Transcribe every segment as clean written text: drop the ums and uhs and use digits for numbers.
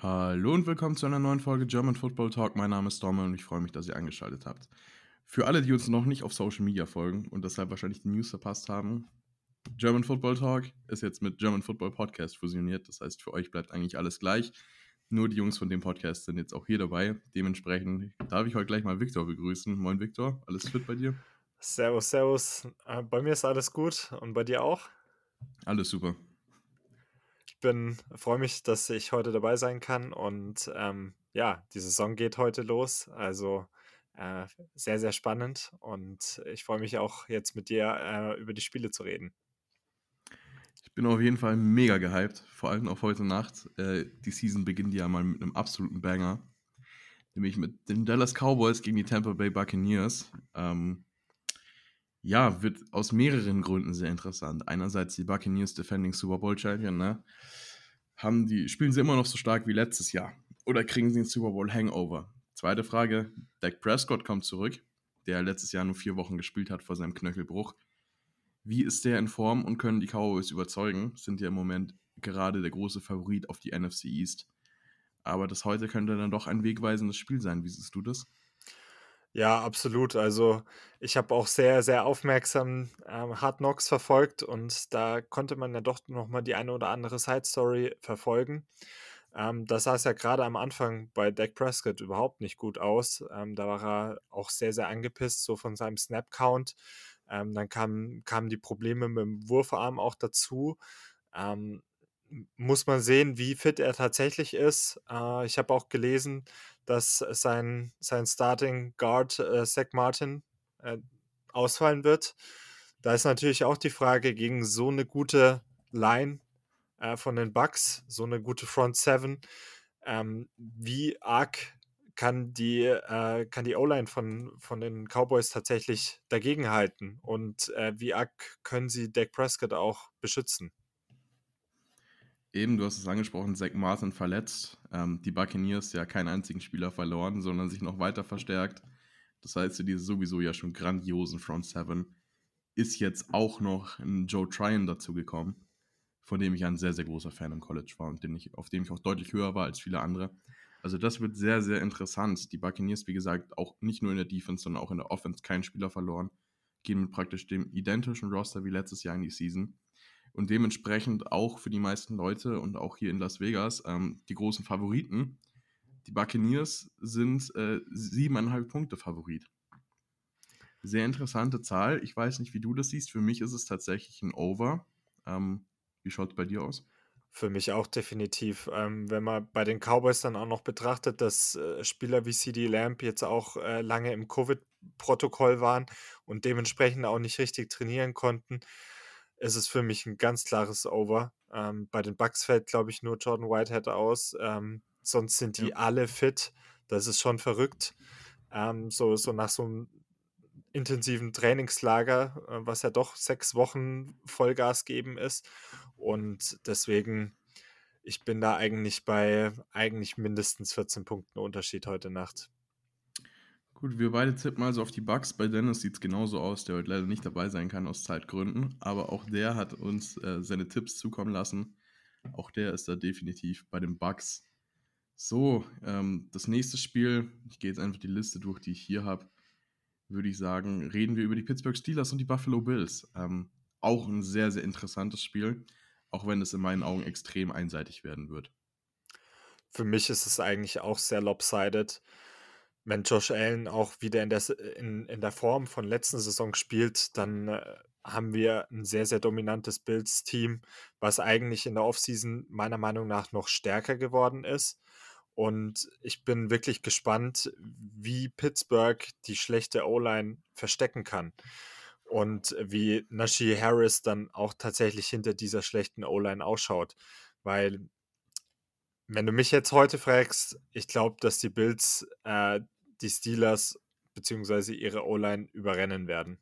Hallo und willkommen zu einer neuen Folge German Football Talk. Mein Name ist Domme und ich freue mich, dass ihr eingeschaltet habt. Für alle, die uns noch nicht auf Social Media folgen und deshalb wahrscheinlich die News verpasst haben, German Football Talk ist jetzt mit German Football Podcast fusioniert. Das heißt, für euch bleibt eigentlich alles gleich. Nur die Jungs von dem Podcast sind jetzt auch hier dabei. Dementsprechend darf ich heute gleich mal Victor begrüßen. Moin Victor, alles fit bei dir? Servus, servus. Bei mir ist alles gut und bei dir auch? Alles super. Freue mich, dass ich heute dabei sein kann und ja, die Saison geht heute los. Also äh, sehr, sehr spannend und ich freue mich auch jetzt mit dir über die Spiele zu reden. Ich bin auf jeden Fall mega gehypt, vor allem auf heute Nacht. Die Season beginnt ja mal mit einem absoluten Banger. Nämlich mit den Dallas Cowboys gegen die Tampa Bay Buccaneers. Ja, wird aus mehreren Gründen sehr interessant. Einerseits die Buccaneers Defending Super Bowl Champion, ne? Spielen sie immer noch so stark wie letztes Jahr? Oder kriegen sie den Super Bowl Hangover? Zweite Frage, Dak Prescott kommt zurück, der letztes Jahr nur 4 Wochen gespielt hat vor seinem Knöchelbruch. Wie ist der in Form und können die Cowboys überzeugen? Sind ja im Moment gerade der große Favorit auf die NFC East. Aber das heute könnte dann doch ein wegweisendes Spiel sein. Wie siehst du das? Ja, absolut. Also ich habe auch sehr, sehr aufmerksam Hard Knocks verfolgt und da konnte man ja doch nochmal die eine oder andere Side Story verfolgen. Das sah es ja gerade am Anfang bei Dak Prescott überhaupt nicht gut aus. Da war er auch sehr, sehr angepisst, so von seinem Snap-Count. Dann kamen die Probleme mit dem Wurfarm auch dazu. Ähm, Muss man sehen, wie fit er tatsächlich ist. Ich habe auch gelesen, dass sein Starting Guard Zach Martin äh, ausfallen wird. Da ist natürlich auch die Frage, gegen so eine gute Line von den Bucks, so eine gute Front Seven, wie arg kann die O-Line von den Cowboys tatsächlich dagegenhalten und wie arg können sie Dak Prescott auch beschützen? Eben, du hast es angesprochen, Zach Martin verletzt. Die Buccaneers ja keinen einzigen Spieler verloren, sondern sich noch weiter verstärkt. Das heißt, zu dieser sowieso ja schon grandiosen Front Seven ist jetzt auch noch ein Joe Tryon dazugekommen, von dem ich ein sehr, sehr großer Fan im College war und auf dem ich auch deutlich höher war als viele andere. Also das wird sehr, sehr interessant. Die Buccaneers, wie gesagt, auch nicht nur in der Defense, sondern auch in der Offense keinen Spieler verloren, gehen mit praktisch dem identischen Roster wie letztes Jahr in die Season und dementsprechend auch für die meisten Leute und auch hier in Las Vegas die großen Favoriten. Die Buccaneers sind 7,5 Punkte Favorit. Sehr interessante Zahl. Ich weiß nicht, wie du das siehst. Für mich ist es tatsächlich ein Over. Wie schaut es bei dir aus? Für mich auch definitiv. Wenn man bei den Cowboys dann auch noch betrachtet, dass Spieler wie CeeDee Lamb jetzt auch lange im Covid-Protokoll waren und dementsprechend auch nicht richtig trainieren konnten, ist es für mich ein ganz klares Over. Bei den Bucks fällt, glaube ich, nur Jordan Whitehead aus. Sonst sind Ja. die alle fit. Das ist schon verrückt. So nach so einem intensiven Trainingslager, was ja doch 6 Wochen Vollgas geben ist. Und deswegen, ich bin da eigentlich bei eigentlich mindestens 14 Punkten Unterschied heute Nacht. Gut, wir beide tippen also auf die Bucks. Bei Dennis sieht es genauso aus, der heute leider nicht dabei sein kann aus Zeitgründen. Aber auch der hat uns seine Tipps zukommen lassen. Auch der ist da definitiv bei den Bucks. So, das nächste Spiel, ich gehe jetzt einfach die Liste durch, die ich hier habe, würde ich sagen, reden wir über die Pittsburgh Steelers und die Buffalo Bills. Auch ein sehr, sehr interessantes Spiel, auch wenn es in meinen Augen extrem einseitig werden wird. Für mich ist es eigentlich auch sehr lopsided. Wenn Josh Allen auch wieder in der Form von letzten Saison spielt, dann haben wir ein sehr, sehr dominantes Bills-Team, was eigentlich in der Offseason meiner Meinung nach noch stärker geworden ist. Und ich bin wirklich gespannt, wie Pittsburgh die schlechte O-Line verstecken kann. Und wie Najee Harris dann auch tatsächlich hinter dieser schlechten O-Line ausschaut. Weil wenn du mich jetzt heute fragst, ich glaube, dass die Bills die Steelers beziehungsweise ihre O-Line überrennen werden.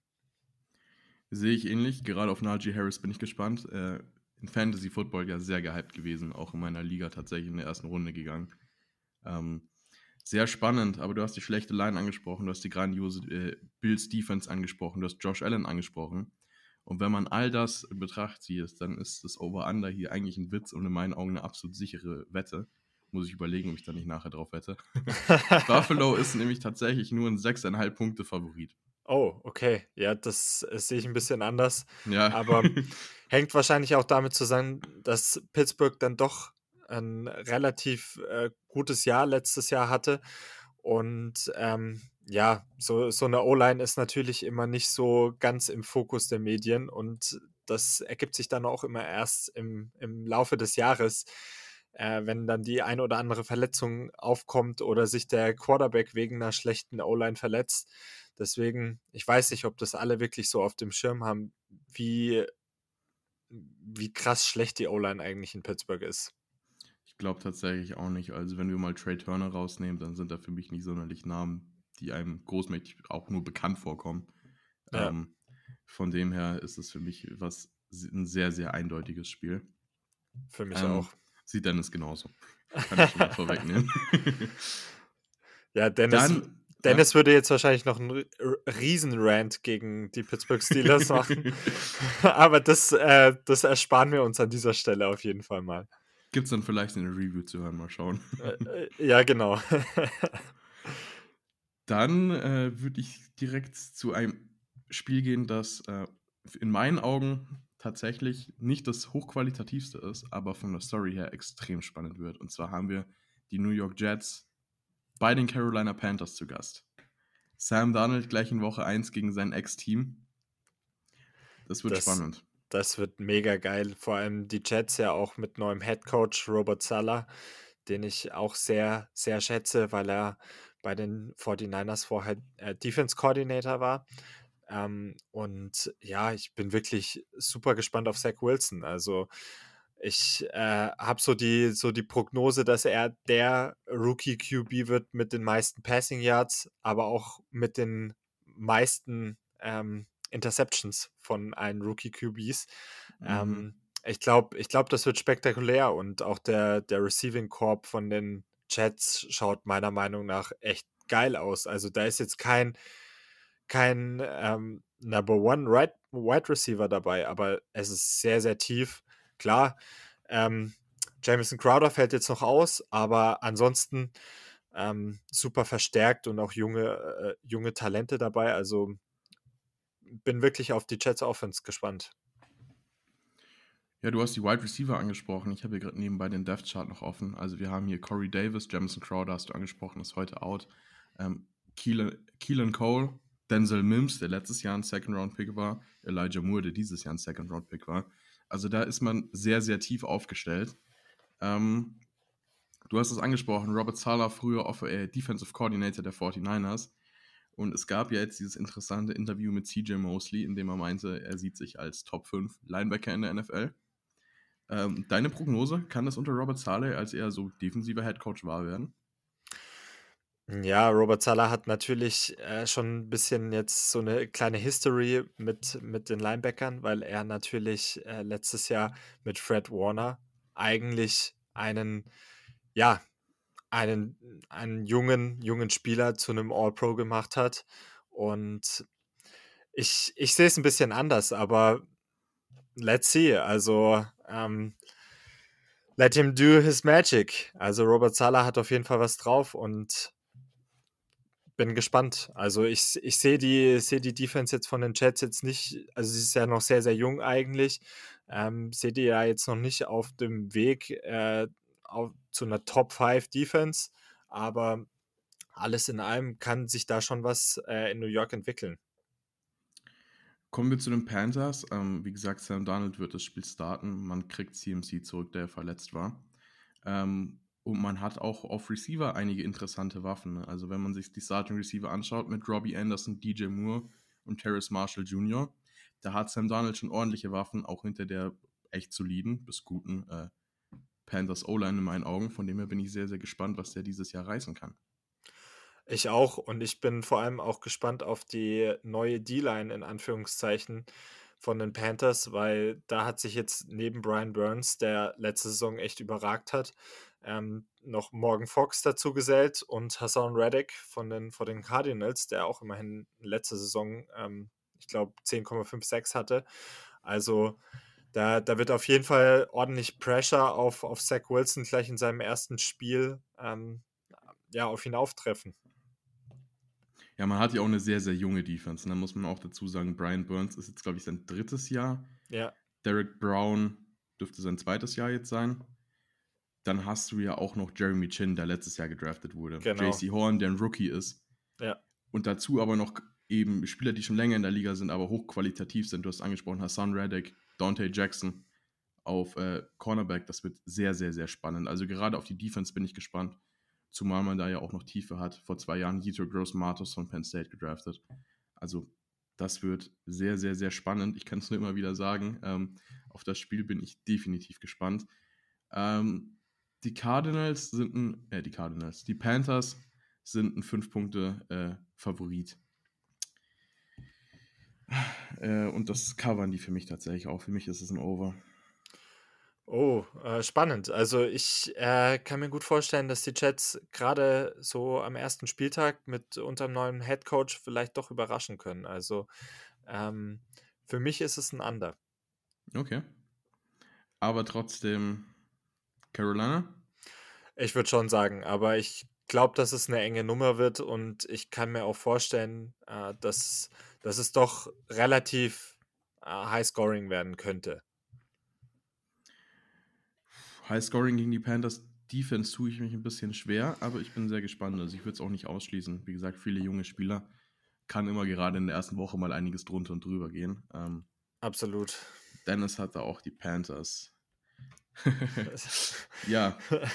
Sehe ich ähnlich. Gerade auf Najee Harris bin ich gespannt. In Fantasy Football ja sehr gehypt gewesen, auch in meiner Liga tatsächlich in der ersten Runde gegangen. Ähm, Sehr spannend, aber du hast die schlechte Line angesprochen, du hast die grandiose Bills Defense angesprochen, du hast Josh Allen angesprochen. Und wenn man all das in Betracht zieht, dann ist das Over-Under hier eigentlich ein Witz und in meinen Augen eine absolut sichere Wette. Muss ich überlegen, ob ich da nicht nachher drauf wette. Buffalo ist nämlich tatsächlich nur ein 6,5 Punkte Favorit. Oh, okay. Ja, das sehe ich ein bisschen anders, Ja. aber hängt wahrscheinlich auch damit zusammen, dass Pittsburgh dann doch ein relativ, gutes Jahr letztes Jahr hatte und, ja, so 'ne O-Line ist natürlich immer nicht so ganz im Fokus der Medien und das ergibt sich dann auch immer erst im Laufe des Jahres, wenn dann die eine oder andere Verletzung aufkommt oder sich der Quarterback wegen 'ner schlechten O-Line verletzt. Deswegen, ich weiß nicht, ob das alle wirklich so auf dem Schirm haben, wie krass schlecht die O-Line eigentlich in Pittsburgh ist. Ich glaube tatsächlich auch nicht. Also, wenn wir mal Trey Turner rausnehmen, dann sind da für mich nicht sonderlich Namen, die einem großmächtig auch nur bekannt vorkommen. Ja, Ähm, von dem her ist es für mich ein sehr, sehr eindeutiges Spiel. für mich auch. Ähm, sieht Dennis genauso. Kann ich schon mal vorwegnehmen. Ja, Dann, ja. Dennis würde jetzt wahrscheinlich noch 'n Riesen-Rant gegen die Pittsburgh Steelers machen, aber das ersparen wir uns an dieser Stelle auf jeden Fall mal. Gibt es dann vielleicht eine Review zu hören, mal schauen. Ja, genau. Dann würde ich direkt zu einem Spiel gehen, das in meinen Augen tatsächlich nicht das hochqualitativste ist, aber von der Story her extrem spannend wird. Und zwar haben wir die New York Jets bei den Carolina Panthers zu Gast. Sam Darnold gleich in Woche 1 gegen sein Ex-Team. Das wird Das spannend. das wird mega geil. Vor allem die Jets ja auch mit neuem Headcoach Robert Saleh, den ich auch sehr, sehr schätze, weil er bei den 49ers vorher, Defense Coordinator war. Und ja, ich bin wirklich super gespannt auf Zach Wilson. Also, ich, habe so die Prognose, dass er der Rookie QB wird mit den meisten Passing Yards, aber auch mit den meisten, Interceptions von allen Rookie QBs. Mhm. Ich glaube, das wird spektakulär und auch der Receiving Corps von den Jets schaut meiner Meinung nach echt geil aus. Also, da ist jetzt kein, Number One Wide Receiver dabei, aber es ist sehr, sehr tief. Klar, ähm, Jamison Crowder fällt jetzt noch aus, aber ansonsten, super verstärkt und auch junge Talente dabei. Also, bin wirklich auf die Jets Offense gespannt. Ja, du hast die Wide Receiver angesprochen. Ich habe hier gerade nebenbei den Depth Chart noch offen. Also wir haben hier Corey Davis, Jamison Crowder hast du angesprochen, ist heute out. Keelan Cole, Denzel Mims, der letztes Jahr ein Second-Round-Pick war, Elijah Moore, der dieses Jahr ein Second-Round-Pick war. Also da ist man sehr, sehr tief aufgestellt. Ähm, du hast es angesprochen, Robert Saleh, früher Defensive Coordinator der 49ers. Und es gab ja jetzt dieses interessante Interview mit CJ Mosley, in dem er meinte, er sieht sich als Top 5 Linebacker in der NFL. Deine Prognose, kann das unter Robert Saleh als eher so defensiver Headcoach wahr werden? Ja, Robert Saleh hat natürlich, schon ein bisschen jetzt so eine kleine History mit den Linebackern, weil er natürlich, letztes Jahr mit Fred Warner eigentlich ja, einen jungen Spieler zu einem All-Pro gemacht hat. Und ich sehe es ein bisschen anders, aber let's see. Also, let him do his magic. Also, Robert Saleh hat auf jeden Fall was drauf und bin gespannt. Also, ich sehe die Defense jetzt von den Jets jetzt nicht, also, sie ist ja noch sehr, sehr jung eigentlich. Sehe die ja jetzt noch nicht auf dem Weg, zu einer Top 5 Defense, aber alles in allem kann sich da schon was, in New York entwickeln. Kommen wir zu den Panthers. Wie gesagt, Sam Darnold wird das Spiel starten. Man kriegt CMC zurück, der verletzt war. Und man hat auch auf Receiver einige interessante Waffen. Ne? Also wenn man sich die Starting Receiver anschaut mit Robbie Anderson, DJ Moore und Terrace Marshall Jr., da hat Sam Darnold schon ordentliche Waffen, auch hinter der echt soliden bis guten Panthers O-Line in meinen Augen. Von dem her bin ich sehr, sehr gespannt, was der dieses Jahr reißen kann. Ich auch und ich bin vor allem auch gespannt auf die neue D-Line in Anführungszeichen von den Panthers, weil da hat sich jetzt neben Brian Burns, der letzte Saison echt überragt hat, noch Morgan Fox dazu gesellt und Hassan Reddick von den Cardinals, der auch immerhin letzte Saison, ich glaube 10,56 hatte. Also Da wird auf jeden Fall ordentlich Pressure auf Zach Wilson gleich in seinem ersten Spiel ja, auf ihn auftreffen. Ja, man hat ja auch eine sehr, sehr junge Defense. Und da muss man auch dazu sagen, Brian Burns ist jetzt, glaube ich, sein 3. Jahr. Ja, Derek Brown dürfte sein 2. Jahr jetzt sein. Dann hast du ja auch noch Jeremy Chin, der letztes Jahr gedraftet wurde. genau. JC Horn, der ein Rookie ist. Ja, Und dazu aber noch eben Spieler, die schon länger in der Liga sind, aber hochqualitativ sind. Du hast angesprochen, Hassan Reddick, Dante Jackson auf Cornerback. Das wird sehr, sehr, sehr spannend. Also gerade auf die Defense bin ich gespannt. Zumal man da ja auch noch Tiefe hat. Vor 2 Jahren Yetur Gross-Matos von Penn State gedraftet. Also das wird sehr, sehr, sehr spannend. Ich kann es nur immer wieder sagen. Auf das Spiel bin ich definitiv gespannt. Die Panthers sind ein 5-Punkte-Favorit. Und das covern die für mich tatsächlich auch. Für mich ist es ein Over. oh, spannend. Also ich kann mir gut vorstellen, dass die Jets gerade so am ersten Spieltag mit unserem neuen Headcoach vielleicht doch überraschen können. Also für mich ist es ein Under. Okay. Aber trotzdem Carolina? Ich würde schon sagen, aber ich glaube, dass es eine enge Nummer wird und ich kann mir auch vorstellen, dass es doch relativ high-scoring werden könnte. High-Scoring gegen die Panthers Defense tue ich mich ein bisschen schwer, aber ich bin sehr gespannt. Also ich würde es auch nicht ausschließen. Wie gesagt, viele junge Spieler. Kann immer gerade in der ersten Woche mal einiges drunter und drüber gehen. Absolut. Dennis hatte auch die Panthers. Ja,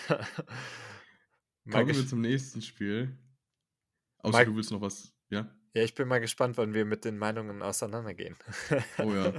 kommen wir zum nächsten Spiel. Außer du willst noch was, ja? Ja, ich bin mal gespannt, wann wir mit den Meinungen auseinandergehen. Oh ja.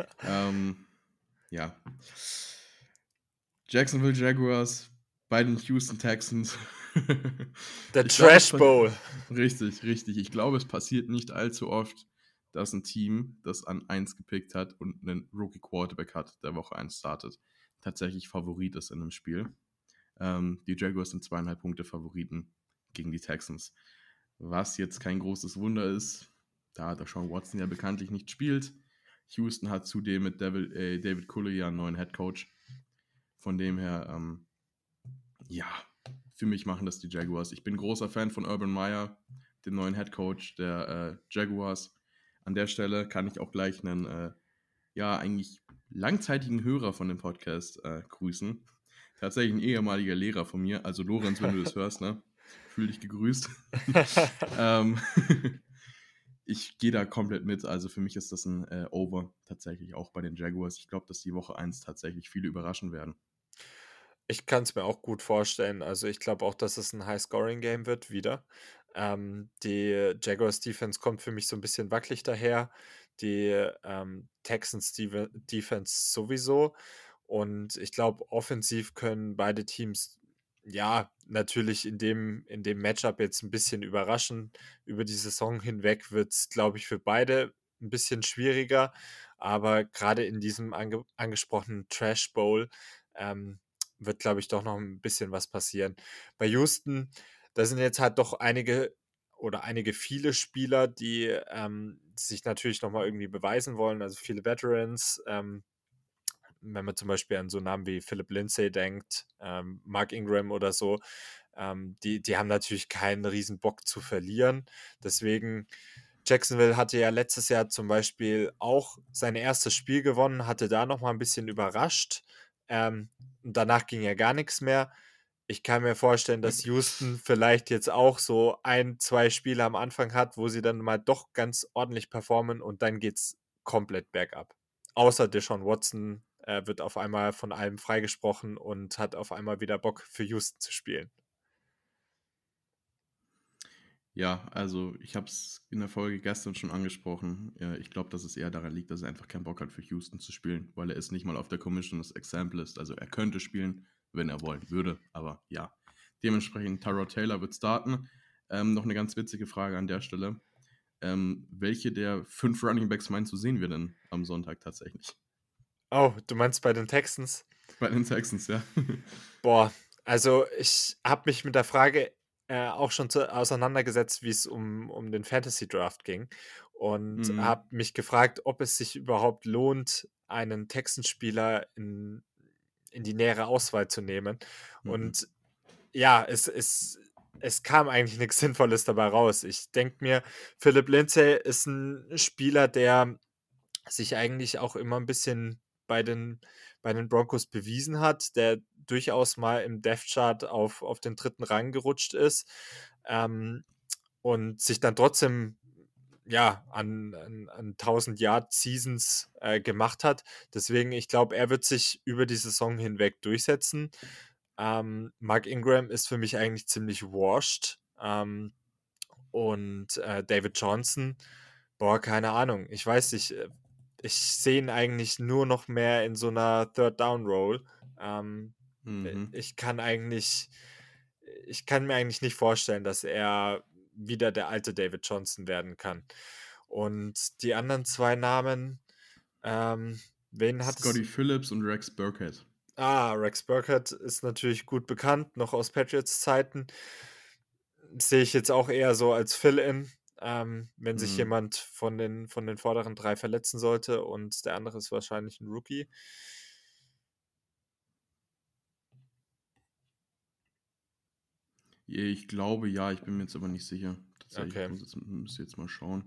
Ja. Jacksonville Jaguars bei den Houston Texans. Der Ich glaube, Trash Bowl. Richtig, richtig. Ich glaube, es passiert nicht allzu oft, dass ein Team, das an 1 gepickt hat und einen Rookie Quarterback hat, der Woche 1 startet, tatsächlich Favorit ist in einem Spiel. Die Jaguars sind 2,5 Punkte Favoriten gegen die Texans. Was jetzt kein großes Wunder ist, da der Sean Watson ja bekanntlich nicht spielt. Houston hat zudem mit David Culley ja einen neuen Head Coach. Von dem her, ja, für mich machen das die Jaguars. Ich bin großer Fan von Urban Meyer, dem neuen Head Coach der Jaguars. An der Stelle kann ich auch gleich einen, ja, eigentlich langzeitigen Hörer von dem Podcast grüßen. Tatsächlich ein ehemaliger Lehrer von mir. Also Lorenz, wenn du das hörst, ne? Fühl dich gegrüßt. Ich gehe da komplett mit. Also für mich ist das ein Over tatsächlich auch bei den Jaguars. Ich glaube, dass die Woche 1 tatsächlich viele überraschen werden. Ich kann es mir auch gut vorstellen. Also ich glaube auch, dass es ein High-Scoring-Game wird wieder. Die Jaguars Defense kommt für mich so ein bisschen wackelig daher. Die Texans Defense sowieso. Und ich glaube, offensiv können beide Teams ja natürlich in dem Matchup jetzt ein bisschen überraschen. Über die Saison hinweg wird es, glaube ich, für beide ein bisschen schwieriger. Aber gerade in diesem angesprochenen Trash Bowl wird, glaube ich, doch noch ein bisschen was passieren. Bei Houston, da sind jetzt halt doch viele Spieler, die sich natürlich noch mal irgendwie beweisen wollen, also viele Veterans. Wenn man zum Beispiel an so Namen wie Philip Lindsay denkt, Mark Ingram oder so, die haben natürlich keinen riesen Bock zu verlieren. Deswegen, Jacksonville hatte ja letztes Jahr zum Beispiel auch sein erstes Spiel gewonnen, hatte da noch mal ein bisschen überrascht. Und danach ging ja gar nichts mehr. Ich kann mir vorstellen, dass Houston vielleicht jetzt auch so 1, 2 Spiele am Anfang hat, wo sie dann mal doch ganz ordentlich performen und dann geht's komplett bergab. Außer Deshaun Watson wird auf einmal von allem freigesprochen und hat auf einmal wieder Bock für Houston zu spielen. Ja, also ich habe es in der Folge gestern schon angesprochen. Ich glaube, dass es eher daran liegt, dass er einfach keinen Bock hat, für Houston zu spielen, weil er ist nicht mal auf der Commissioners Example List. Also er könnte spielen, wenn er wollen würde, aber ja. Dementsprechend Tyrod Taylor wird starten. Noch eine ganz witzige Frage an der Stelle. Welche der 5 Running Backs meinst du, sehen wir denn am Sonntag tatsächlich? Oh, du meinst bei den Texans? Bei den Texans, ja. Boah, also ich habe mich mit der Frage auch schon auseinandergesetzt, wie es um den Fantasy Draft ging und Mhm. habe mich gefragt, ob es sich überhaupt lohnt, einen Texans-Spieler in die nähere Auswahl zu nehmen. Mhm. Und ja, es kam eigentlich nichts Sinnvolles dabei raus. Ich denke mir, Philip Lindsay ist ein Spieler, der sich eigentlich auch immer ein bisschen bei den Broncos bewiesen hat, der durchaus mal im Depth Chart auf den 3. Rang gerutscht ist, ähm, und sich dann trotzdem, ja, an 1000 Yard Seasons, gemacht hat. Deswegen, ich glaube, er wird sich über die Saison hinweg durchsetzen. Mark Ingram ist für mich eigentlich ziemlich washed. Und, David Johnson, boah, keine Ahnung. Ich weiß nicht, ich sehe ihn eigentlich nur noch mehr in so einer Third Down Role. Ähm, Mhm. ich kann mir eigentlich nicht vorstellen, dass er wieder der alte David Johnson werden kann. Und die anderen 2 Namen, wen hat Scotty es? Phillips und Rex Burkhead. Rex Burkhead ist natürlich gut bekannt, noch aus Patriots Zeiten. Sehe ich jetzt auch eher so als Fill-in, wenn sich Mhm. jemand von den vorderen 3 verletzen sollte und der andere ist wahrscheinlich ein Rookie. Ich glaube ja, ich bin mir jetzt aber nicht sicher. Tatsächlich, Okay, müsste jetzt mal schauen.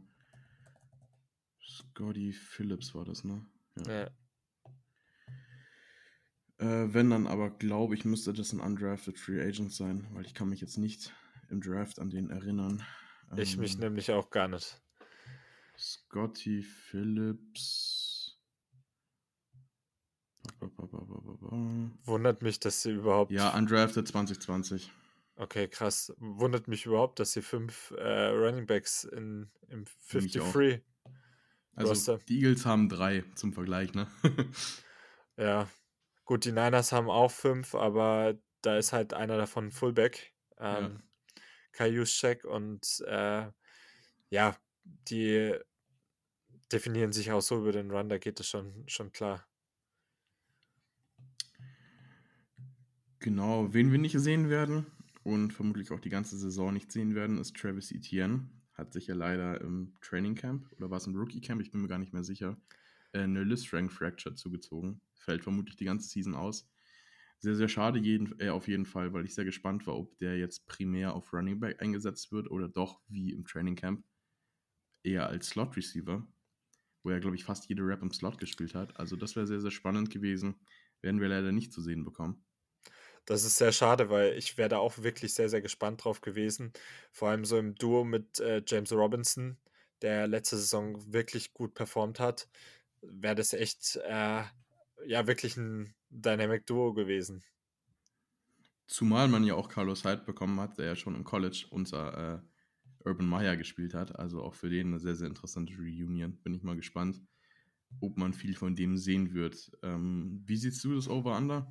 Scotty Phillips war das, ne? Ja. ja. Wenn dann aber, glaube ich, müsste das ein undrafted Free Agent sein, weil ich kann mich jetzt nicht im Draft an den erinnern. Ich mich Ähm, nämlich auch gar nicht. Scotty Phillips. Ba, ba, ba, ba, ba, ba. Wundert mich, dass sie Ja, überhaupt undrafted 2020. okay, krass. Wundert mich überhaupt, dass sie 5, Running Backs im Mich auch. 53 Also, Roster. die Eagles haben 3 zum Vergleich, ne? Ja, gut, die Niners haben auch 5, aber da ist halt einer davon Fullback, Ja. Kai Juszczyk und, ja, die definieren sich auch so über den Run, da geht es schon klar. Genau, wen wir nicht sehen werden und vermutlich auch die ganze Saison nicht sehen werden, ist Travis Etienne. Hat sich ja leider im Training Camp oder war es im Rookie Camp, ich bin mir gar nicht mehr sicher, eine List Rank Fracture zugezogen. Fällt vermutlich die ganze Season aus. Sehr, sehr schade auf jeden Fall, weil ich sehr gespannt war, ob der jetzt primär auf Running Back eingesetzt wird oder doch wie im Training Camp eher als Slot Receiver, wo er, glaube ich, fast jede Rap im Slot gespielt hat. Also das wäre sehr, sehr spannend gewesen. Werden wir leider nicht zu sehen bekommen. Das ist sehr schade, weil ich wäre da auch wirklich sehr, sehr gespannt drauf gewesen. Vor allem so im Duo mit, James Robinson, der letzte Saison wirklich gut performt hat, wäre das echt, ja, wirklich ein Dynamic Duo gewesen. Zumal man ja auch Carlos Hyde bekommen hat, der ja schon im College unter Urban Meyer gespielt hat. Also auch für den eine sehr, sehr interessante Reunion. Bin ich mal gespannt, ob man viel von dem sehen wird. Wie siehst du das Over-Under?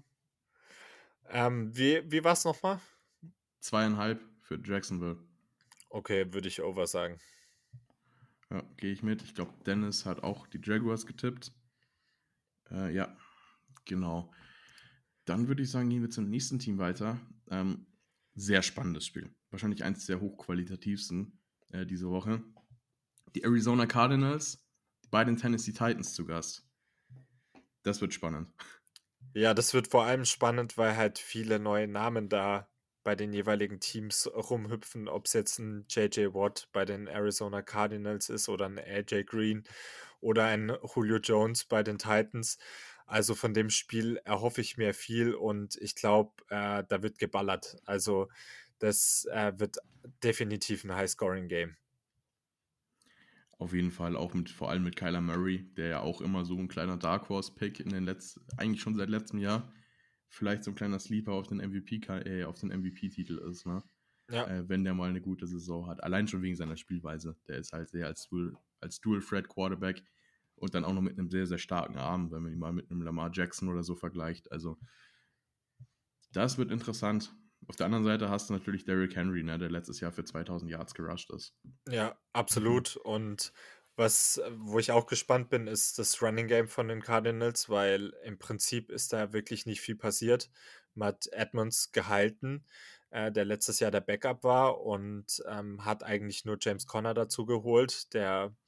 Wie war's noch mal? 2,5 für Jacksonville. Okay, würde ich Over sagen. Ja, gehe ich mit. Ich glaube, Dennis hat auch die Jaguars getippt. Ja, genau. Dann würde ich sagen, gehen wir zum nächsten Team weiter. Sehr spannendes Spiel. Wahrscheinlich eins der hochqualitativsten diese Woche. Die Arizona Cardinals bei den Tennessee Titans zu Gast. Das wird spannend. Ja, das wird vor allem spannend, weil halt viele neue Namen da bei den jeweiligen Teams rumhüpfen, ob es jetzt ein J.J. Watt bei den Arizona Cardinals ist oder ein A.J. Green oder ein Julio Jones bei den Titans. Also von dem Spiel erhoffe ich mir viel und ich glaube, da wird geballert. Also das wird definitiv ein High-Scoring-Game. Auf jeden Fall auch vor allem mit Kyler Murray, der ja auch immer so ein kleiner Dark Horse Pick eigentlich schon seit letztem Jahr, vielleicht so ein kleiner Sleeper auf den MVP-Titel ist, ne? Ja, Wenn der mal eine gute Saison hat. Allein schon wegen seiner Spielweise. Der ist halt sehr als Dual-Threat-Quarterback und dann auch noch mit einem sehr, sehr starken Arm, wenn man ihn mal mit einem Lamar Jackson oder so vergleicht. Also, das wird interessant. Auf der anderen Seite hast du natürlich Derrick Henry, ne, der letztes Jahr für 2000 Yards gerusht ist. ja, absolut. Und wo ich auch gespannt bin, ist das Running Game von den Cardinals, weil im Prinzip ist da wirklich nicht viel passiert. Man hat Edmonds gehalten, der letztes Jahr der Backup war und hat eigentlich nur James Conner dazu geholt, der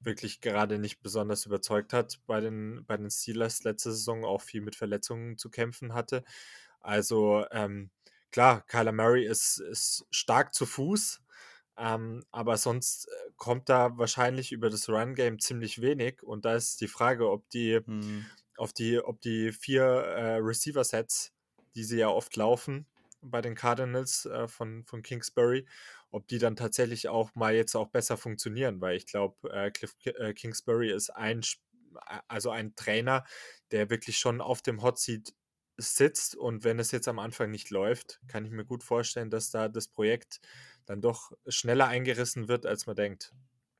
wirklich gerade nicht besonders überzeugt hat bei den Steelers letzte Saison, auch viel mit Verletzungen zu kämpfen hatte. Also, klar, Kyler Murray ist stark zu Fuß, aber sonst, kommt da wahrscheinlich über das Run-Game ziemlich wenig und da ist die Frage, Hm. ob die 4, Receiver-Sets, die sie ja oft laufen bei den Cardinals, von Kingsbury, ob die dann tatsächlich auch mal jetzt auch besser funktionieren, weil ich glaube, Kingsbury ist also ein Trainer, der wirklich schon auf dem Hot Seat sitzt und wenn es jetzt am Anfang nicht läuft, kann ich mir gut vorstellen, dass da das Projekt dann doch schneller eingerissen wird, als man denkt.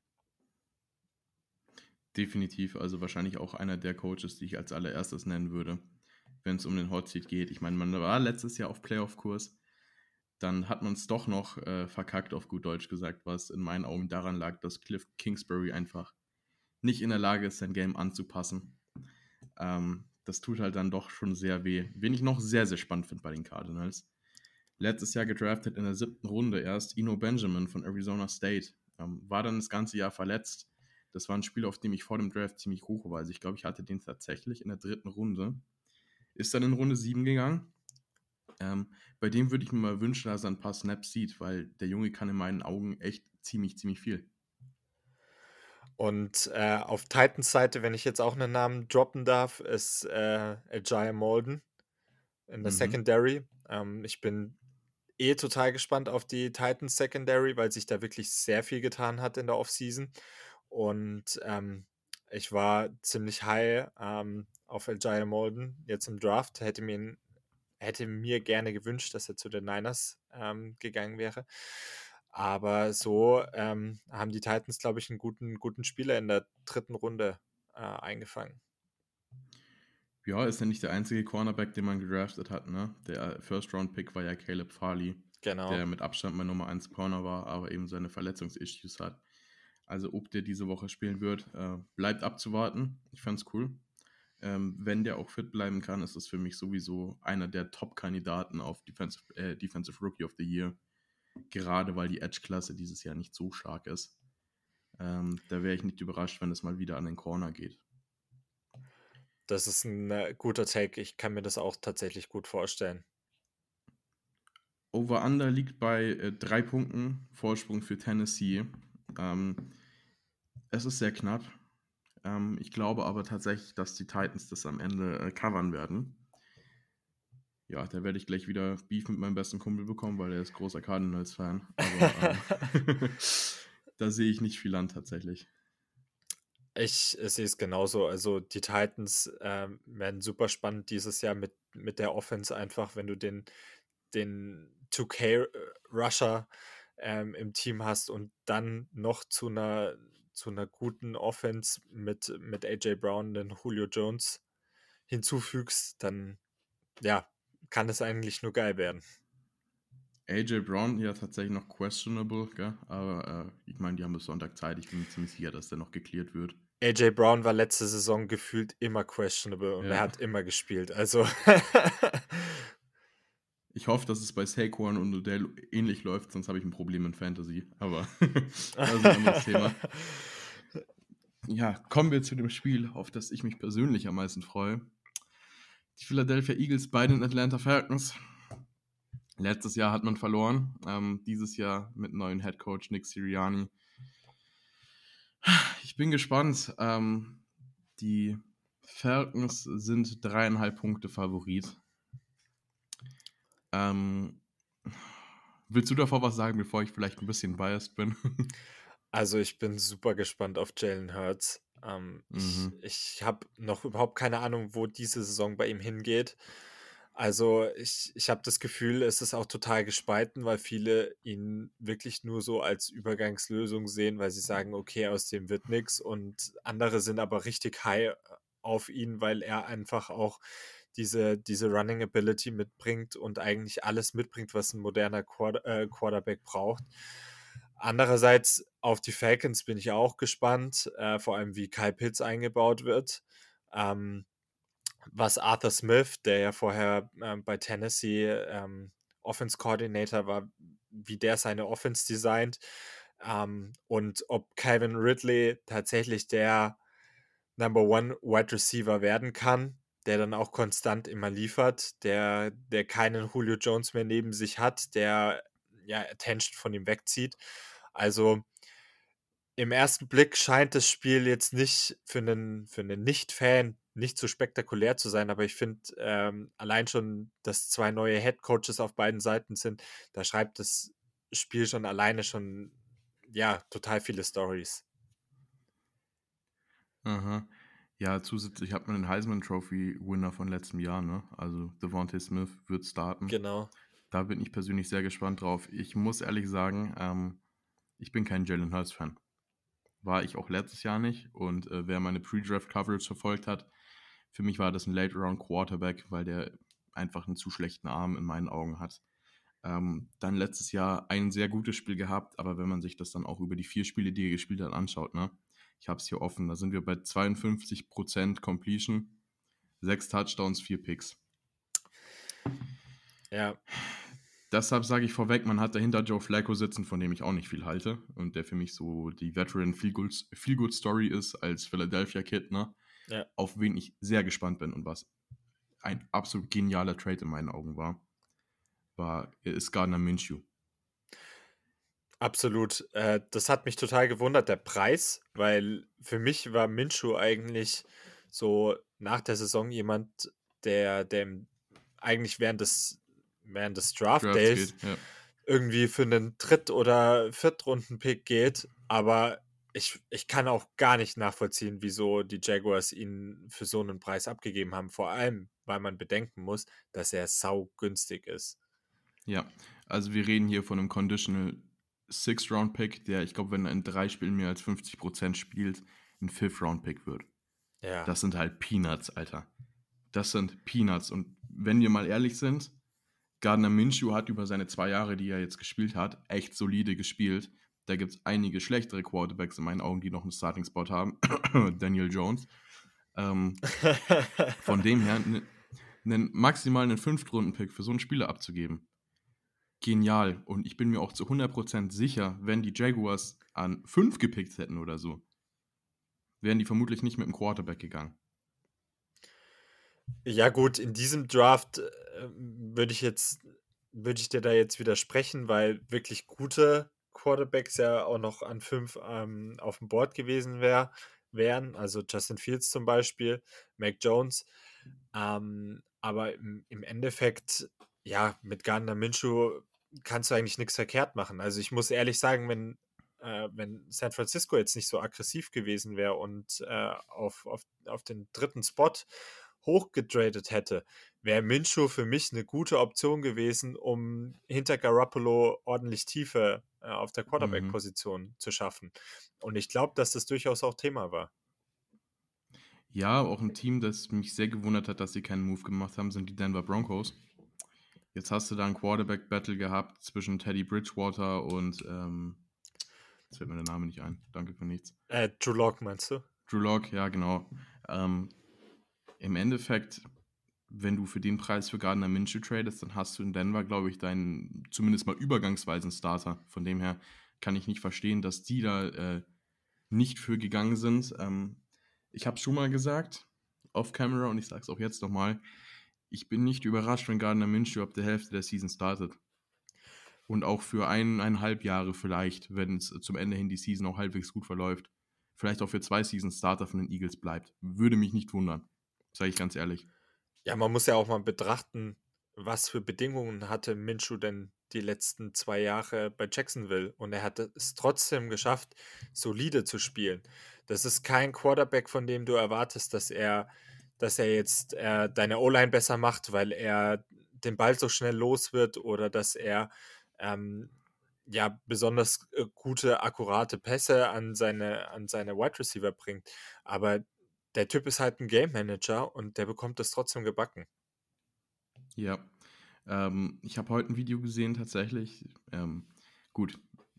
Definitiv, also wahrscheinlich auch einer der Coaches, die ich als allererstes nennen würde, wenn es um den Hot Seat geht. Ich meine, man war letztes Jahr auf Playoff-Kurs, dann hat man es doch noch verkackt, auf gut Deutsch gesagt, was in meinen Augen daran lag, dass Cliff Kingsbury einfach nicht in der Lage ist, sein Game anzupassen. Das tut halt dann doch schon sehr weh. Wen ich noch sehr, sehr spannend finde bei den Cardinals. Letztes Jahr gedraftet in der 7. Runde erst Eno Benjamin von Arizona State. War dann das ganze Jahr verletzt. Das war ein Spiel, auf dem ich vor dem Draft ziemlich hoch war. Also ich glaube, ich hatte den tatsächlich in der 3. Runde. Ist dann in Runde 7 gegangen. Bei dem würde ich mir mal wünschen, dass er ein paar Snaps sieht, weil der Junge kann in meinen Augen echt ziemlich, ziemlich viel. Und, auf Titans Seite, wenn ich jetzt auch einen Namen droppen darf, ist, Agier Molden in der Mhm. Secondary. Ich bin total gespannt auf die Titans Secondary, weil sich da wirklich sehr viel getan hat in der Offseason. Und, ich war ziemlich high, auf Agier Molden jetzt im Draft, hätte mir gerne gewünscht, dass er zu den Niners, gegangen wäre. Aber so, haben die Titans, glaube ich, einen guten Spieler in der 3. Runde, eingefangen. Ja, ist ja nicht der einzige Cornerback, den man gedraftet hat, ne? Der First-Round-Pick war ja Caleb Farley, Genau. der mit Abstand mein Nummer 1 Corner war, aber eben seine Verletzungsissues hat. Also ob der diese Woche spielen wird, bleibt abzuwarten. Ich fand's cool. Wenn der auch fit bleiben kann, ist das für mich sowieso einer der Top-Kandidaten auf Defensive Rookie of the Year. Gerade weil die Edge-Klasse dieses Jahr nicht so stark ist. Da wäre ich nicht überrascht, wenn es mal wieder an den Corner geht. Das ist ein guter Take. Ich kann mir das auch tatsächlich gut vorstellen. Over-Under liegt bei 3 Punkten Vorsprung für Tennessee. Ähm, Es ist sehr knapp. Ich glaube aber tatsächlich, dass die Titans das am Ende covern werden. Ja, da werde ich gleich wieder Beef mit meinem besten Kumpel bekommen, weil er ist großer Cardinals-Fan. Aber da sehe ich nicht viel an tatsächlich. Ich sehe es genauso. Also die Titans werden super spannend dieses Jahr mit der Offense einfach, wenn du den 2K-Rusher im Team hast und dann noch zu einer guten Offense mit AJ Brown, den Julio Jones hinzufügst, dann ja, kann es eigentlich nur geil werden. AJ Brown ja tatsächlich noch questionable, gell? Aber ich meine, die haben bis Sonntag Zeit. Ich bin mir ziemlich sicher, dass der noch geklärt wird. AJ Brown war letzte Saison gefühlt immer questionable und er Ja. hat immer gespielt. Also Ich hoffe, dass es bei Saquon und Odell ähnlich läuft, sonst habe ich ein Problem in Fantasy. Aber das ist ein anderes Thema. Ja, kommen wir zu dem Spiel, auf das ich mich persönlich am meisten freue. Die Philadelphia Eagles bei den Atlanta Falcons. Letztes Jahr hat man verloren. Dieses Jahr mit neuen Head Coach Nick Sirianni. Ich bin gespannt. Die Falcons sind 3,5 Punkte Favorit. Willst du davor was sagen, bevor ich vielleicht ein bisschen biased bin? Also, ich bin super gespannt auf Jalen Hurts. Ich Mhm. ich habe noch überhaupt keine Ahnung, wo diese Saison bei ihm hingeht. Also, ich habe das Gefühl, es ist auch total gespalten, weil viele ihn wirklich nur so als Übergangslösung sehen, weil sie sagen: „Okay, aus dem wird nix.“ Und andere sind aber richtig high auf ihn, weil er einfach auch diese Running Ability mitbringt und eigentlich alles mitbringt, was ein moderner Quarterback braucht. Andererseits auf die Falcons bin ich auch gespannt, vor allem wie Kyle Pitts eingebaut wird. Ähm, Was Arthur Smith, der ja vorher bei Tennessee Offense Coordinator war, wie der seine Offense designt. Und ob Calvin Ridley tatsächlich der Number One Wide Receiver werden kann, der dann auch konstant immer liefert, der keinen Julio Jones mehr neben sich hat, der ja Attention von ihm wegzieht. Also im ersten Blick scheint das Spiel jetzt nicht für einen Nicht-Fan nicht so spektakulär zu sein, aber ich finde, allein schon, dass 2 neue Head-Coaches auf beiden Seiten sind, da schreibt das Spiel schon alleine schon, ja, total viele Stories. Aha. Ja, zusätzlich hat man den Heisman Trophy Winner von letztem Jahr, ne? Also Devontae Smith wird starten. Genau. Da bin ich persönlich sehr gespannt drauf. Ich muss ehrlich sagen, ich bin kein Jalen Hurts-Fan. War ich auch letztes Jahr nicht. Und wer meine Pre-Draft-Coverage verfolgt hat, für mich war das ein Late-Round-Quarterback, weil der einfach einen zu schlechten Arm in meinen Augen hat. Dann letztes Jahr ein sehr gutes Spiel gehabt, aber wenn man sich das dann auch über die 4 Spiele, die er gespielt hat, anschaut, ne? Ich habe es hier offen, da sind wir bei 52% Completion, 6 Touchdowns, 4 Picks. Ja. Deshalb sage ich vorweg, man hat dahinter Joe Flacco sitzen, von dem ich auch nicht viel halte und der für mich so die Veteran Feel-Good-Story ist als Philadelphia-Kid, ne? Ja. Auf wen ich sehr gespannt bin und was ein absolut genialer Trade in meinen Augen ist Gardner Minshew. Absolut. Das hat mich total gewundert, der Preis, weil für mich war Minshew eigentlich so nach der Saison jemand, der eigentlich während des Draft Drafts Days geht, ja. irgendwie für einen Dritt- oder Viertrunden-Pick geht, aber ich kann auch gar nicht nachvollziehen, wieso die Jaguars ihn für so einen Preis abgegeben haben. Vor allem, weil man bedenken muss, dass er saugünstig ist. Ja, also wir reden hier von einem Conditional Sixth-Round-Pick, der, ich glaube, wenn er in 3 Spielen mehr als 50% spielt, ein Fifth-Round-Pick wird. Ja. Das sind halt Peanuts, Alter. Das sind Peanuts. Und wenn wir mal ehrlich sind, Gardner Minshew hat über seine 2 Jahre, die er jetzt gespielt hat, echt solide gespielt. Da gibt es einige schlechtere Quarterbacks in meinen Augen, die noch einen Starting-Spot haben. Daniel Jones. Von dem her, maximal einen 5-Runden-Pick für so einen Spieler abzugeben. Genial. Und ich bin mir auch zu 100% sicher, wenn die Jaguars an 5 gepickt hätten oder so, wären die vermutlich nicht mit dem Quarterback gegangen. Ja, gut, in diesem Draft würde ich dir da jetzt widersprechen, weil wirklich gute Quarterbacks ja auch noch an 5 auf dem Board gewesen wären. Also Justin Fields zum Beispiel, Mac Jones. Aber im Endeffekt, ja, mit Gardner Minshew kannst du eigentlich nichts verkehrt machen. Also ich muss ehrlich sagen, wenn San Francisco jetzt nicht so aggressiv gewesen wäre und auf den 3. Spot hochgetradet hätte, wäre Minshew für mich eine gute Option gewesen, um hinter Garoppolo ordentlich Tiefe auf der Quarterback-Position zu schaffen. Und ich glaube, dass das durchaus auch Thema war. Ja, auch ein Team, das mich sehr gewundert hat, dass sie keinen Move gemacht haben, sind die Denver Broncos. Jetzt hast du da ein Quarterback-Battle gehabt zwischen Teddy Bridgewater und, jetzt fällt mir der Name nicht ein, danke für nichts. Drew Lock meinst du? Drew Lock, ja genau. Im Endeffekt, wenn du für den Preis für Gardner Minshew tradest, dann hast du in Denver, glaube ich, deinen zumindest mal übergangsweisen Starter. Von dem her kann ich nicht verstehen, dass die da nicht für gegangen sind. Ich habe es schon mal gesagt, off camera, und ich sage es auch jetzt nochmal, ich bin nicht überrascht, wenn Gardner Minshew ab der Hälfte der Season startet. Und auch für 1,5 Jahre vielleicht, wenn es zum Ende hin die Season auch halbwegs gut verläuft, vielleicht auch für 2 Season Starter von den Eagles bleibt. Würde mich nicht wundern, sage ich ganz ehrlich. Ja, man muss ja auch mal betrachten, was für Bedingungen hatte Minshew denn die letzten 2 Jahre bei Jacksonville, und er hat es trotzdem geschafft, solide zu spielen. Das ist kein Quarterback, von dem du erwartest, dass er jetzt deine O-Line besser macht, weil er den Ball so schnell los wird, oder dass er ja besonders gute, akkurate Pässe an seine Wide Receiver bringt. Aber der Typ ist halt ein Game Manager und der bekommt das trotzdem gebacken. Ja. Ich habe heute ein Video gesehen, tatsächlich. Gut.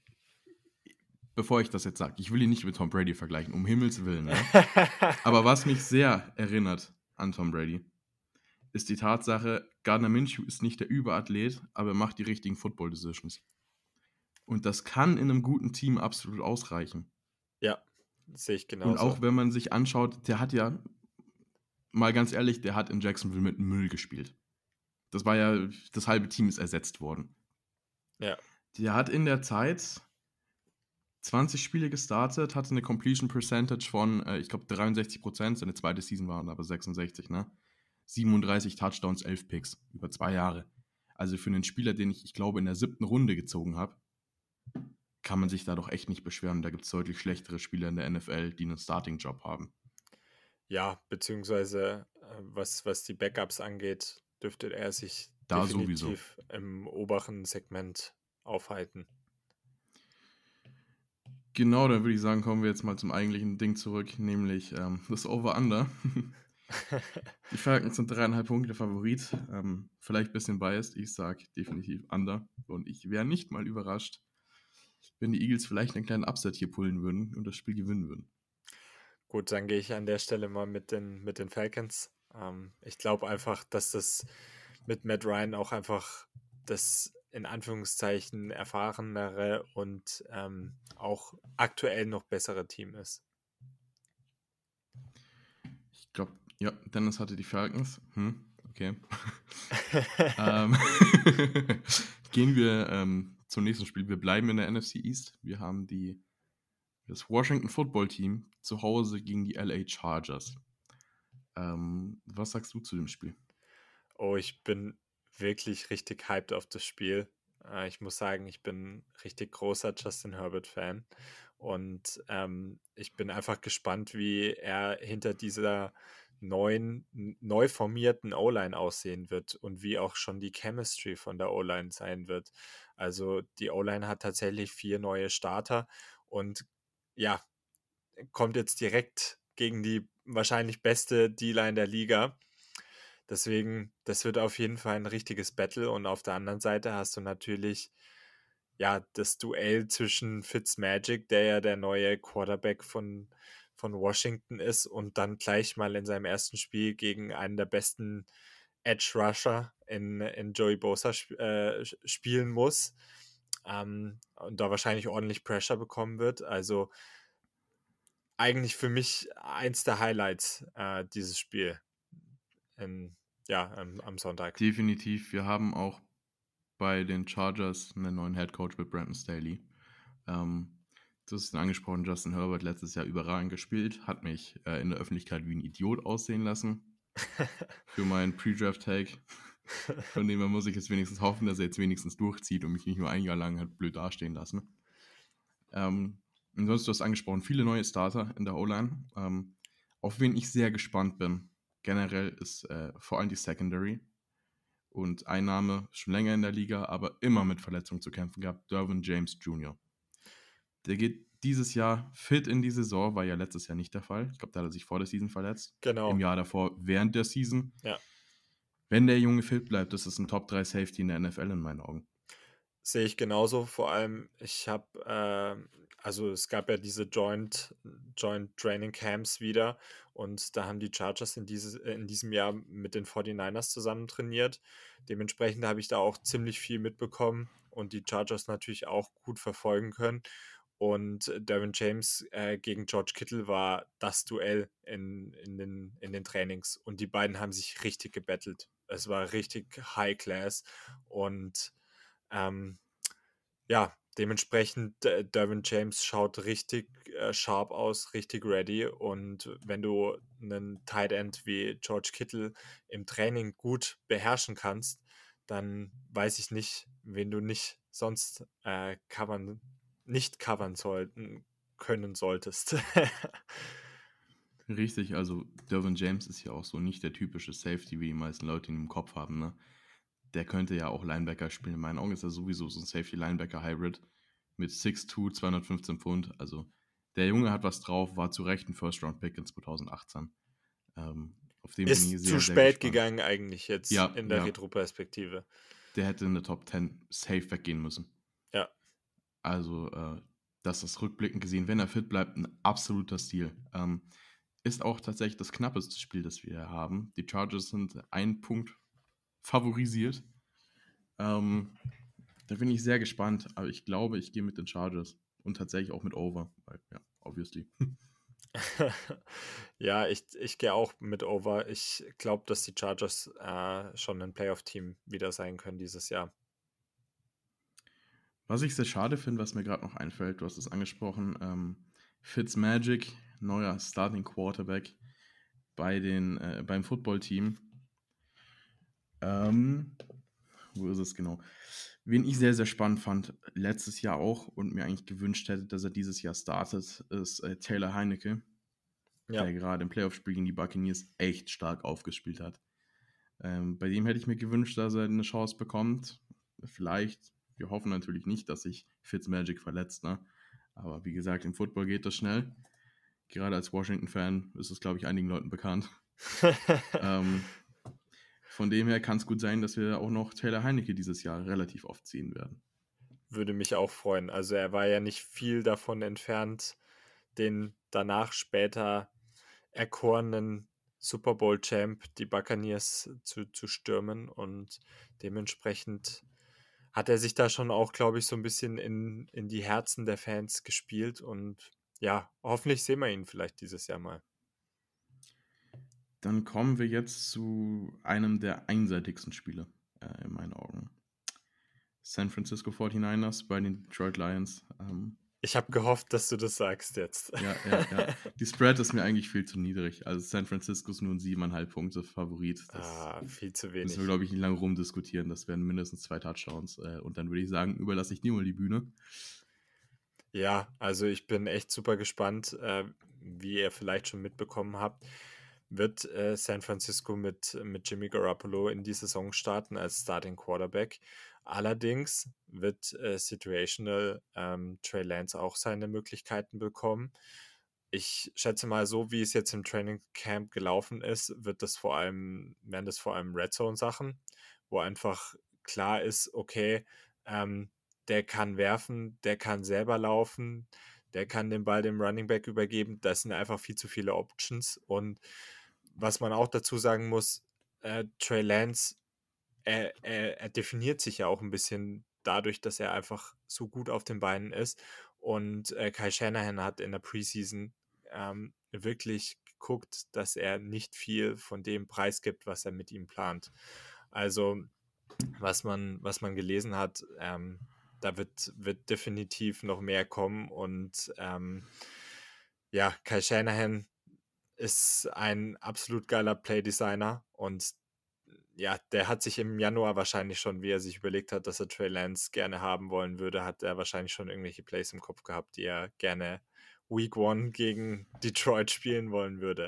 Bevor ich das jetzt sage, ich will ihn nicht mit Tom Brady vergleichen, um Himmels Willen. Ne? Aber was mich sehr erinnert an Tom Brady, ist die Tatsache, Gardner Minshew ist nicht der Überathlet, aber er macht die richtigen Football-Decisions. Und das kann in einem guten Team absolut ausreichen. Ja, sehe ich Und genauso. auch wenn man sich anschaut, der hat ja, mal ganz ehrlich, der hat in Jacksonville mit Müll gespielt. Das war ja, das halbe Team ist ersetzt worden. Ja, Der hat in der Zeit 20 Spiele gestartet, hatte eine Completion Percentage von, ich glaube, 63%. Seine zweite Season waren aber 66, ne? 37 Touchdowns, 11 Picks über 2 Jahre. Also für einen Spieler, den ich glaube, in der 7. Runde gezogen habe, kann man sich da doch echt nicht beschweren. Da gibt es deutlich schlechtere Spieler in der NFL, die einen Starting-Job haben. ja, beziehungsweise was die Backups angeht, dürfte er sich Da sowieso. definitiv im oberen Segment aufhalten. Genau, dann würde ich sagen, kommen wir jetzt mal zum eigentlichen Ding zurück, nämlich das Over-Under. Die Falcons sind 3,5 Punkte Favorit. Vielleicht ein bisschen biased. Ich sage definitiv Under. Und ich wäre nicht mal überrascht, wenn die Eagles vielleicht einen kleinen Upset hier pullen würden und das Spiel gewinnen würden. Gut, dann gehe ich an der Stelle mal mit den Falcons. Ich glaube einfach, dass das mit Matt Ryan auch einfach das in Anführungszeichen erfahrenere und auch aktuell noch bessere Team ist. Ich glaube, ja, Dennis hatte die Falcons. Okay. ähm, Gehen wir zum nächsten Spiel. Wir bleiben in der NFC East. Wir haben das Washington Football Team zu Hause gegen die LA Chargers. Was sagst du zu dem Spiel? Oh, ich bin wirklich richtig hyped auf das Spiel. Ich muss sagen, ich bin richtig großer Justin Herbert-Fan und ich bin einfach gespannt, wie er hinter dieser neu formierten O-Line aussehen wird und wie auch schon die Chemistry von der O-Line sein wird. Also die O-Line hat tatsächlich 4 neue Starter und ja, kommt jetzt direkt gegen die wahrscheinlich beste D-Line der Liga. Deswegen, das wird auf jeden Fall ein richtiges Battle. Und auf der anderen Seite hast du natürlich ja das Duell zwischen Fitzmagic, der ja der neue Quarterback von Washington ist, und dann gleich mal in seinem ersten Spiel gegen einen der besten Edge Rusher in Joey Bosa spielen muss. Und da wahrscheinlich ordentlich Pressure bekommen wird. Also eigentlich für mich eins der Highlights dieses Spiel in, am Sonntag. Definitiv. Wir haben auch bei den Chargers einen neuen Head Coach mit Brandon Staley. Du hast ihn angesprochen, Justin Herbert letztes Jahr überragend gespielt, hat mich in der Öffentlichkeit wie ein Idiot aussehen lassen für meinen Pre-Draft-Tag. Von dem her muss ich jetzt wenigstens hoffen, dass er jetzt wenigstens durchzieht und mich nicht nur ein Jahr lang hat blöd dastehen lassen. Ansonsten, du hast angesprochen, viele neue Starter in der O-Line. Auf wen ich sehr gespannt bin, generell ist vor allem die Secondary. Und ein Name, schon länger in der Liga, aber immer mit Verletzungen zu kämpfen gehabt, Derwin James Jr. Der geht dieses Jahr fit in die Saison, war ja letztes Jahr nicht der Fall. Ich glaube, da hat er sich vor der Season verletzt. Genau, Im Jahr davor während der Season. ja. Wenn der Junge fit bleibt, das ist ein Top 3 Safety in der NFL in meinen Augen. Sehe ich genauso. Vor allem, ich habe, also es gab ja diese Joint Training Camps wieder, und da haben die Chargers in diesem Jahr mit den 49ers zusammen trainiert. Dementsprechend habe ich da auch ziemlich viel mitbekommen und die Chargers natürlich auch gut verfolgen können. Und Derwin James gegen George Kittle war das Duell in den Trainings. Und die beiden haben sich richtig gebettelt. Es war richtig High Class. Und ähm, ja, dementsprechend, Derwin James schaut richtig sharp aus, richtig ready. Und wenn du einen Tight End wie George Kittle im Training gut beherrschen kannst, dann weiß ich nicht, wen du nicht sonst nicht covern können solltest. Richtig, also Derwin James ist ja auch so nicht der typische Safety, wie die meisten Leute ihn im Kopf haben, ne? Der könnte ja auch Linebacker spielen. In meinen Augen ist er sowieso so ein Safety-Linebacker-Hybrid mit 6'2", 215 Pfund. Also der Junge hat was drauf, war zu Recht ein First-Round-Pick in 2018. Auf den bin ich Ist zu sehr, sehr spät gespannt. gegangen eigentlich jetzt Ja, in der ja, Retroperspektive. der hätte in der Top 10 safe weggehen müssen. Ja, Also, das ist rückblickend gesehen, wenn er fit bleibt, ein absoluter Stil. Ist auch tatsächlich das knappeste Spiel, das wir haben. Die Chargers sind 1 Punkt favorisiert. Da bin ich sehr gespannt, aber ich glaube, ich gehe mit den Chargers und tatsächlich auch mit Over, weil, ja, obviously. Ja, ich gehe auch mit Over. Ich glaube, dass die Chargers schon ein Playoff-Team wieder sein können dieses Jahr. Was ich sehr schade finde, was mir gerade noch einfällt, du hast es angesprochen, Fitzmagic, neuer Starting Quarterback beim Footballteam. Wo ist es genau? Wen ich sehr, sehr spannend fand, letztes Jahr auch und mir eigentlich gewünscht hätte, dass er dieses Jahr startet, ist Taylor Heinecke, Ja, der gerade im Playoff-Spiel gegen die Buccaneers echt stark aufgespielt hat. Bei dem hätte ich mir gewünscht, dass er eine Chance bekommt. Vielleicht, wir hoffen natürlich nicht, dass sich Fitzmagic verletzt, ne? Aber wie gesagt, im Football geht das schnell. Gerade als Washington-Fan ist es, glaube ich, einigen Leuten bekannt. Ähm, von dem her kann es gut sein, dass wir auch noch Taylor Heinecke dieses Jahr relativ oft sehen werden. würde mich auch freuen. Also er war ja nicht viel davon entfernt, den danach später erkorenen Super Bowl-Champ, die Buccaneers, zu stürmen. Und dementsprechend hat er sich da schon auch, glaube ich, so ein bisschen in die Herzen der Fans gespielt. Und ja, hoffentlich sehen wir ihn vielleicht dieses Jahr mal. Dann kommen wir jetzt zu einem der einseitigsten Spiele in meinen Augen. San Francisco 49ers bei den Detroit Lions. Ich habe gehofft, dass du das sagst jetzt. Ja. Die Spread ist mir eigentlich viel zu niedrig. Also San Francisco ist nur ein 7,5 Punkte Favorit. Das Viel zu müssen wir, wenig. glaube ich, nicht lange rumdiskutieren. Das werden mindestens 2 Touchdowns. Und dann würde ich sagen, überlasse ich dir mal die Bühne. Ja, also ich bin echt super gespannt. Wie ihr vielleicht schon mitbekommen habt, wird San Francisco mit Jimmy Garoppolo in die Saison starten als Starting Quarterback. Allerdings wird situational Trey Lance auch seine Möglichkeiten bekommen. Ich schätze mal, so wie es jetzt im Training Camp gelaufen ist, werden das vor allem Red Zone Sachen, wo einfach klar ist, okay, ähm, der kann werfen, der kann selber laufen, der kann den Ball dem Running Back übergeben. Das sind einfach viel zu viele Options. Und was man auch dazu sagen muss, Trey Lance, er definiert sich ja auch ein bisschen dadurch, dass er einfach so gut auf den Beinen ist. Und Kyle Shanahan hat in der Preseason wirklich geguckt, dass er nicht viel von dem preisgibt, was er mit ihm plant. Also was man gelesen hat, da wird definitiv noch mehr kommen und ja, Kyle Shanahan ist ein absolut geiler Playdesigner und ja, der hat sich im Januar wahrscheinlich schon, wie er sich überlegt hat, dass er Trey Lance gerne haben wollen würde, hat er wahrscheinlich schon irgendwelche Plays im Kopf gehabt, die er gerne Week One gegen Detroit spielen wollen würde.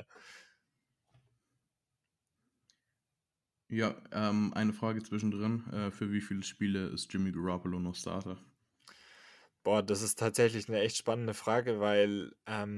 Ja, eine Frage zwischendrin. Für wie viele Spiele ist Jimmy Garoppolo noch Starter? Boah, das ist tatsächlich eine echt spannende Frage, weil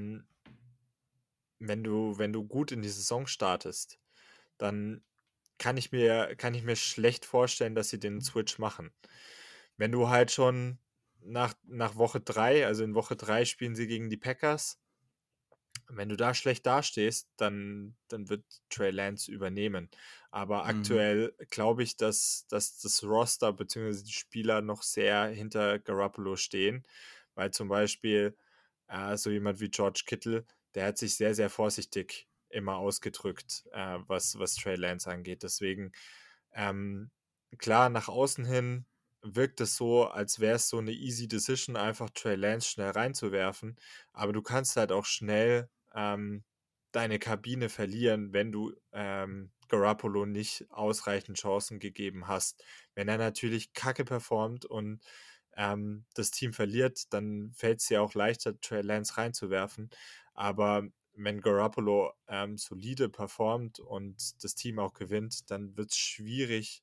wenn du gut in die Saison startest, dann kann ich mir schlecht vorstellen, dass sie den Switch machen. Wenn du halt schon nach Woche 3, also in Woche 3 spielen sie gegen die Packers, wenn du da schlecht dastehst, dann wird Trey Lance übernehmen. Aber Mhm. aktuell glaube ich, dass das Roster bzw. die Spieler noch sehr hinter Garoppolo stehen, weil zum Beispiel so jemand wie George Kittle, der hat sich sehr, sehr vorsichtig immer ausgedrückt, was Trey Lance angeht. Deswegen, ähm, klar, nach außen hin wirkt es so, als wäre es so eine easy decision, einfach Trey Lance schnell reinzuwerfen. Aber du kannst halt auch schnell deine Kabine verlieren, wenn du Garoppolo nicht ausreichend Chancen gegeben hast. Wenn er natürlich kacke performt und das Team verliert, dann fällt es ja auch leichter, Trey Lance reinzuwerfen. Aber wenn Garoppolo solide performt und das Team auch gewinnt, dann wird es schwierig,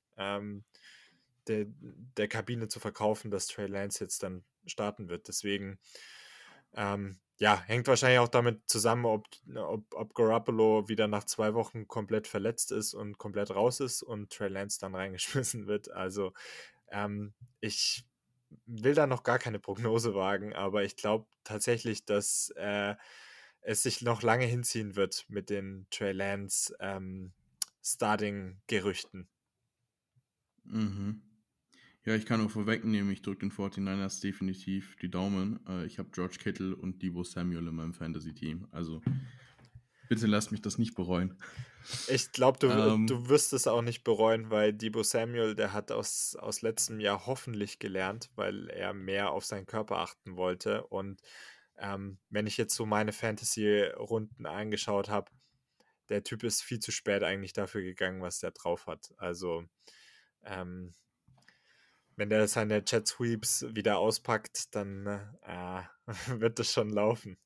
der Kabine zu verkaufen, dass Trey Lance jetzt dann starten wird. Deswegen, ja, hängt wahrscheinlich auch damit zusammen, ob Garoppolo wieder nach 2 Wochen komplett verletzt ist und komplett raus ist und Trey Lance dann reingeschmissen wird. Also ich will da noch gar keine Prognose wagen, aber ich glaube tatsächlich, dass es sich noch lange hinziehen wird mit den Trey Lance Starting-Gerüchten. Mhm. Ja, ich kann nur vorwegnehmen, ich drücke den 49ers definitiv die Daumen. Ich habe George Kittle und Deebo Samuel in meinem Fantasy-Team. Also bitte lasst mich das nicht bereuen. Ich glaube, du Ähm, wirst es auch nicht bereuen, weil Deebo Samuel, der hat aus letztem Jahr hoffentlich gelernt, weil er mehr auf seinen Körper achten wollte. Und wenn ich jetzt so meine Fantasy-Runden angeschaut habe, der Typ ist viel zu spät eigentlich dafür gegangen, was der drauf hat. Also, ähm, wenn der seine Jet Sweeps wieder auspackt, dann wird das schon laufen.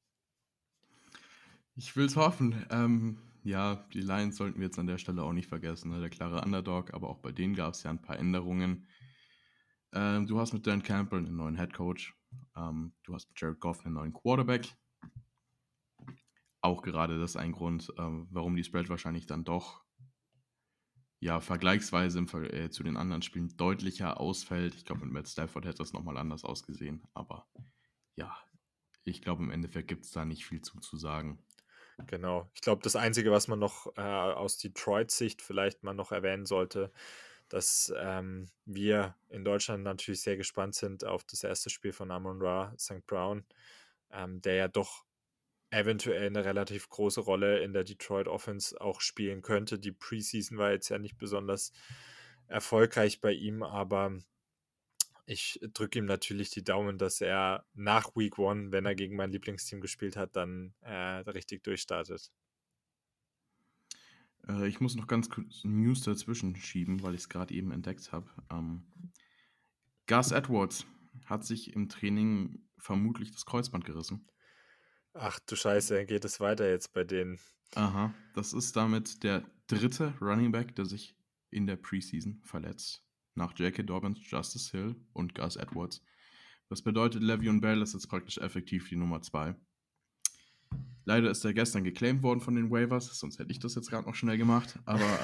Ich will es hoffen. Ja, die Lions sollten wir jetzt an der Stelle auch nicht vergessen. Ne? Der klare Underdog, aber auch bei denen gab es ja ein paar Änderungen. Du hast mit Dan Campbell einen neuen Head Coach. Du hast mit Jared Goff einen neuen Quarterback. Auch gerade das ist ein Grund, warum die Spread wahrscheinlich dann doch ja vergleichsweise zu den anderen Spielen deutlicher ausfällt. Ich glaube, mit Matt Stafford hätte das nochmal anders ausgesehen. Aber ja, ich glaube, im Endeffekt gibt es da nicht viel zu sagen. Genau. Ich glaube, das Einzige, was man noch aus Detroits Sicht vielleicht mal noch erwähnen sollte, dass wir in Deutschland natürlich sehr gespannt sind auf das erste Spiel von Amon-Ra St. Brown, der ja doch eventuell eine relativ große Rolle in der Detroit Offense auch spielen könnte. Die Preseason war jetzt ja nicht besonders erfolgreich bei ihm, aber ich drücke ihm natürlich die Daumen, dass er nach Week One, wenn er gegen mein Lieblingsteam gespielt hat, dann richtig durchstartet. Ich muss noch ganz kurz News dazwischen schieben, weil ich es gerade eben entdeckt habe. Gus Edwards hat sich im Training vermutlich das Kreuzband gerissen. Ach du Scheiße, geht es weiter jetzt bei denen? Aha, das ist damit der dritte Running Back, der sich in der Preseason verletzt. Nach J.K. Dobbins, Justice Hill und Gus Edwards. Das bedeutet, Le'Veon Bell ist jetzt praktisch effektiv die Nummer 2. Leider ist er gestern geclaimed worden von den Waivers, sonst hätte ich das jetzt gerade noch schnell gemacht. Aber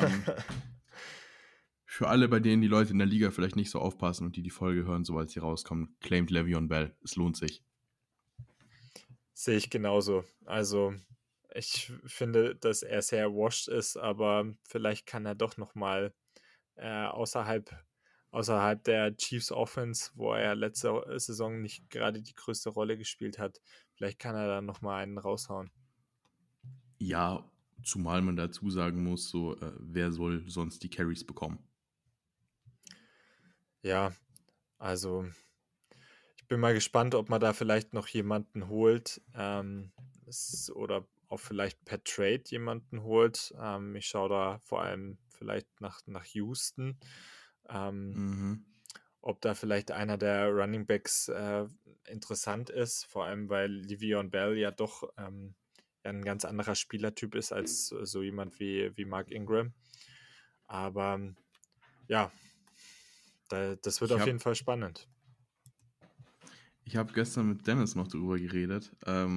für alle, bei denen die Leute in der Liga vielleicht nicht so aufpassen und die Folge hören, sobald sie rauskommen, claimt Le'Veon Bell. Es lohnt sich. Sehe ich genauso. Also, ich finde, dass er sehr washed ist, aber vielleicht kann er doch noch mal außerhalb, außerhalb der Chiefs Offense, wo er letzte Saison nicht gerade die größte Rolle gespielt hat, vielleicht kann er da noch mal einen raushauen. Ja, zumal man dazu sagen muss, so, wer soll sonst die Carries bekommen? Ja, also ich bin mal gespannt, ob man da vielleicht noch jemanden holt oder auch vielleicht per Trade jemanden holt. Ich schaue da vor allem vielleicht nach Houston, ähm, Mhm. ob da vielleicht einer der Running Backs interessant ist, vor allem weil Le'Veon Bell ja doch ja ein ganz anderer Spielertyp ist als so jemand wie Mark Ingram. Aber ja, das wird Ich auf habe jeden Fall spannend. ich hab gestern mit Dennis noch darüber geredet.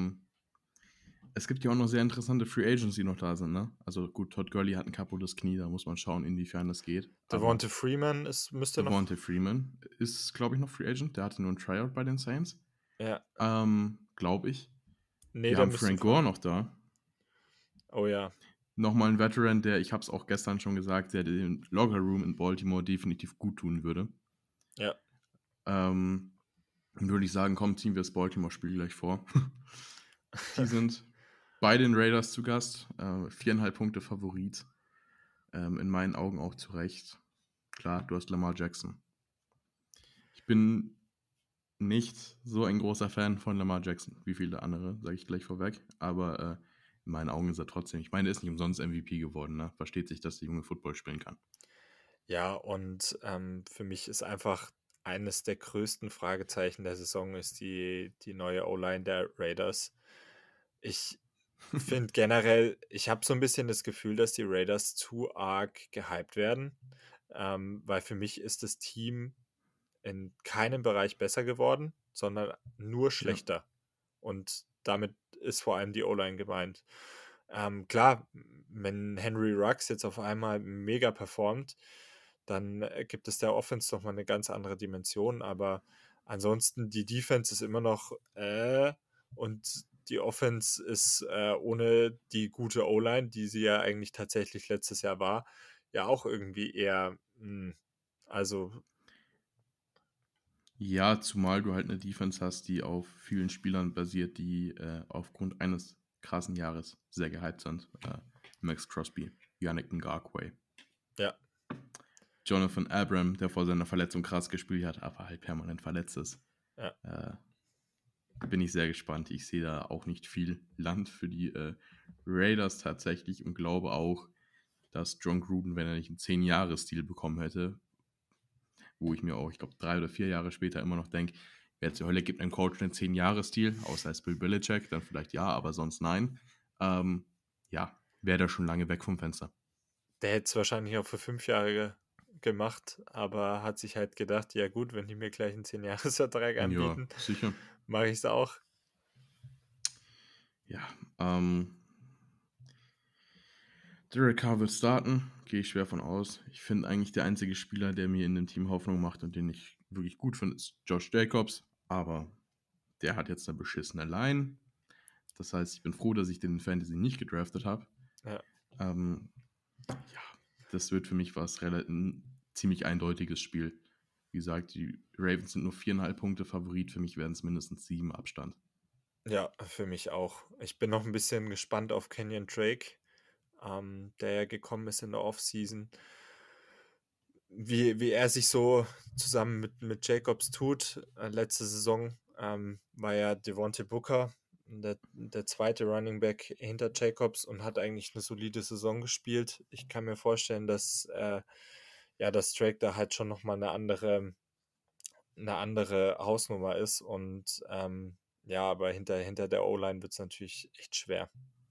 Es gibt ja auch noch sehr interessante Free Agents, die noch da sind, ne? Also gut, Todd Gurley hat ein kaputtes Knie, da muss man schauen, inwiefern das geht. Aber Devonta Freeman müsste noch. Devontae Freeman ist, glaube ich, noch Free Agent. Der hatte nur ein Tryout bei den Saints. Ja, Glaube ich. nee, Wir der haben müsste Frank von. Gore noch da. Oh ja, Nochmal ein Veteran, der, ich habe es auch gestern schon gesagt, der den Locker Room in Baltimore definitiv gut tun würde. ja. Dann würde ich sagen, komm, ziehen wir das Baltimore-Spiel gleich vor. Die sind bei den Raiders zu Gast. 4,5 Punkte Favorit. In meinen Augen auch zu Recht. Klar, du hast Lamar Jackson. Ich bin nicht so ein großer Fan von Lamar Jackson, wie viele andere, sage ich gleich vorweg. Aber in meinen Augen ist er trotzdem, ich meine, er ist nicht umsonst MVP geworden. Ne? Versteht sich, dass der Junge Football spielen kann. Ja, und für mich ist einfach eines der größten Fragezeichen der Saison ist die neue O-Line der Raiders. Ich finde generell, ich habe so ein bisschen das Gefühl, dass die Raiders zu arg gehypt werden, weil für mich ist das Team in keinem Bereich besser geworden, sondern nur Ja. schlechter. Und damit ist vor allem die O-Line gemeint. Klar, wenn Henry Ruggs jetzt auf einmal mega performt, dann gibt es der Offense nochmal eine ganz andere Dimension. Aber ansonsten, die Defense ist immer noch und die Offense ist ohne die gute O-Line, die sie ja eigentlich tatsächlich letztes Jahr war, ja auch irgendwie eher, also Ja, zumal du halt eine Defense hast, die auf vielen Spielern basiert, die aufgrund eines krassen Jahres sehr gehypt sind. Max Crosby, Yannick Ngakoue, Ja, Jonathan Abram, der vor seiner Verletzung krass gespielt hat, aber halt permanent verletzt ist. ja. Äh, Bin ich sehr gespannt. Ich sehe da auch nicht viel Land für die Raiders tatsächlich und glaube auch, dass John Gruden, wenn er nicht einen 10-Jahres-Deal bekommen hätte, wo ich mir auch, ich glaube, 3 oder 4 Jahre später immer noch denke, wer zur Hölle gibt einem Coach einen 10-Jahres-Deal, außer als Bill Belichick, dann vielleicht ja, aber sonst nein. Ja, wäre da schon lange weg vom Fenster. Der hätte es wahrscheinlich auch für 5 Jahre gemacht, aber hat sich halt gedacht, ja gut, wenn die mir gleich einen 10-Jahres-Vertrag Ja, anbieten, sicher. mache ich es auch. Ja, Derek Carr wird starten, gehe ich schwer von aus. Ich finde eigentlich der einzige Spieler, der mir in dem Team Hoffnung macht und den ich wirklich gut finde, ist Josh Jacobs. Aber der hat jetzt eine beschissene Line. Das heißt, ich bin froh, dass ich den in Fantasy nicht gedraftet habe. Ja. Ja, das wird für mich ein ziemlich eindeutiges Spiel. Wie gesagt, die Ravens sind nur 4,5 Punkte Favorit. Für mich werden es mindestens 7 Abstand. Ja, für mich auch. Ich bin noch ein bisschen gespannt auf Kenyon Drake, der ja gekommen ist in der Offseason. Wie er sich so zusammen mit Jacobs tut. Letzte Saison war ja Devontae Booker der zweite Running Back hinter Jacobs und hat eigentlich eine solide Saison gespielt. Ich kann mir vorstellen, dass ja, dass Drake da halt schon nochmal eine andere Hausnummer ist und ja, aber hinter der O-Line wird es natürlich echt schwer.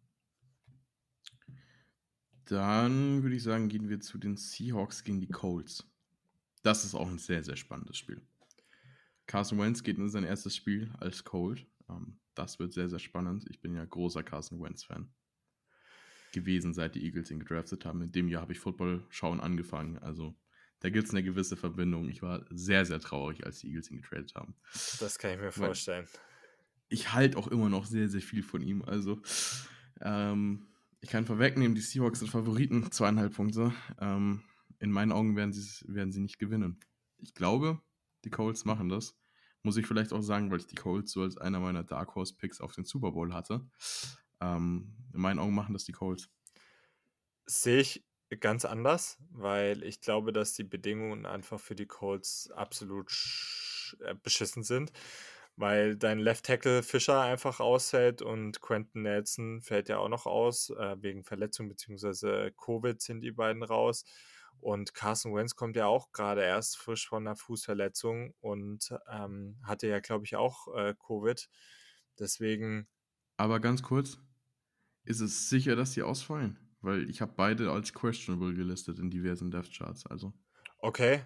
Dann würde ich sagen, gehen wir zu den Seahawks gegen die Colts. Das ist auch ein sehr, sehr spannendes Spiel. Carson Wentz geht in sein erstes Spiel als Colt. Das wird sehr, sehr spannend. Ich bin ja großer Carson Wentz-Fan gewesen, seit die Eagles ihn gedraftet haben. In dem Jahr habe ich Football schauen angefangen. Also da gibt es eine gewisse Verbindung. Ich war sehr, sehr traurig, als die Eagles ihn getradet haben. Das kann ich mir Weil vorstellen. ich halte auch immer noch sehr, sehr viel von ihm. Also ich kann vorwegnehmen, die Seahawks sind Favoriten, 2,5 Punkte. In meinen Augen werden sie nicht gewinnen. Ich glaube, die Colts machen das. Muss ich vielleicht auch sagen, weil ich die Colts so als einer meiner Dark Horse Picks auf den Super Bowl hatte. In meinen Augen machen das die Colts. Sehe ich ganz anders, weil ich glaube, dass die Bedingungen einfach für die Colts absolut beschissen sind, weil dein Left Tackle Fischer einfach ausfällt und Quentin Nelson fällt ja auch noch aus, wegen Verletzung bzw. Covid sind die beiden raus. Und Carson Wentz kommt ja auch gerade erst frisch von einer Fußverletzung und hatte ja, glaube ich, auch Covid. Deswegen, Aber ganz kurz, ist es sicher, dass sie ausfallen? Weil ich habe beide als questionable gelistet in diversen Depth Charts. Also okay,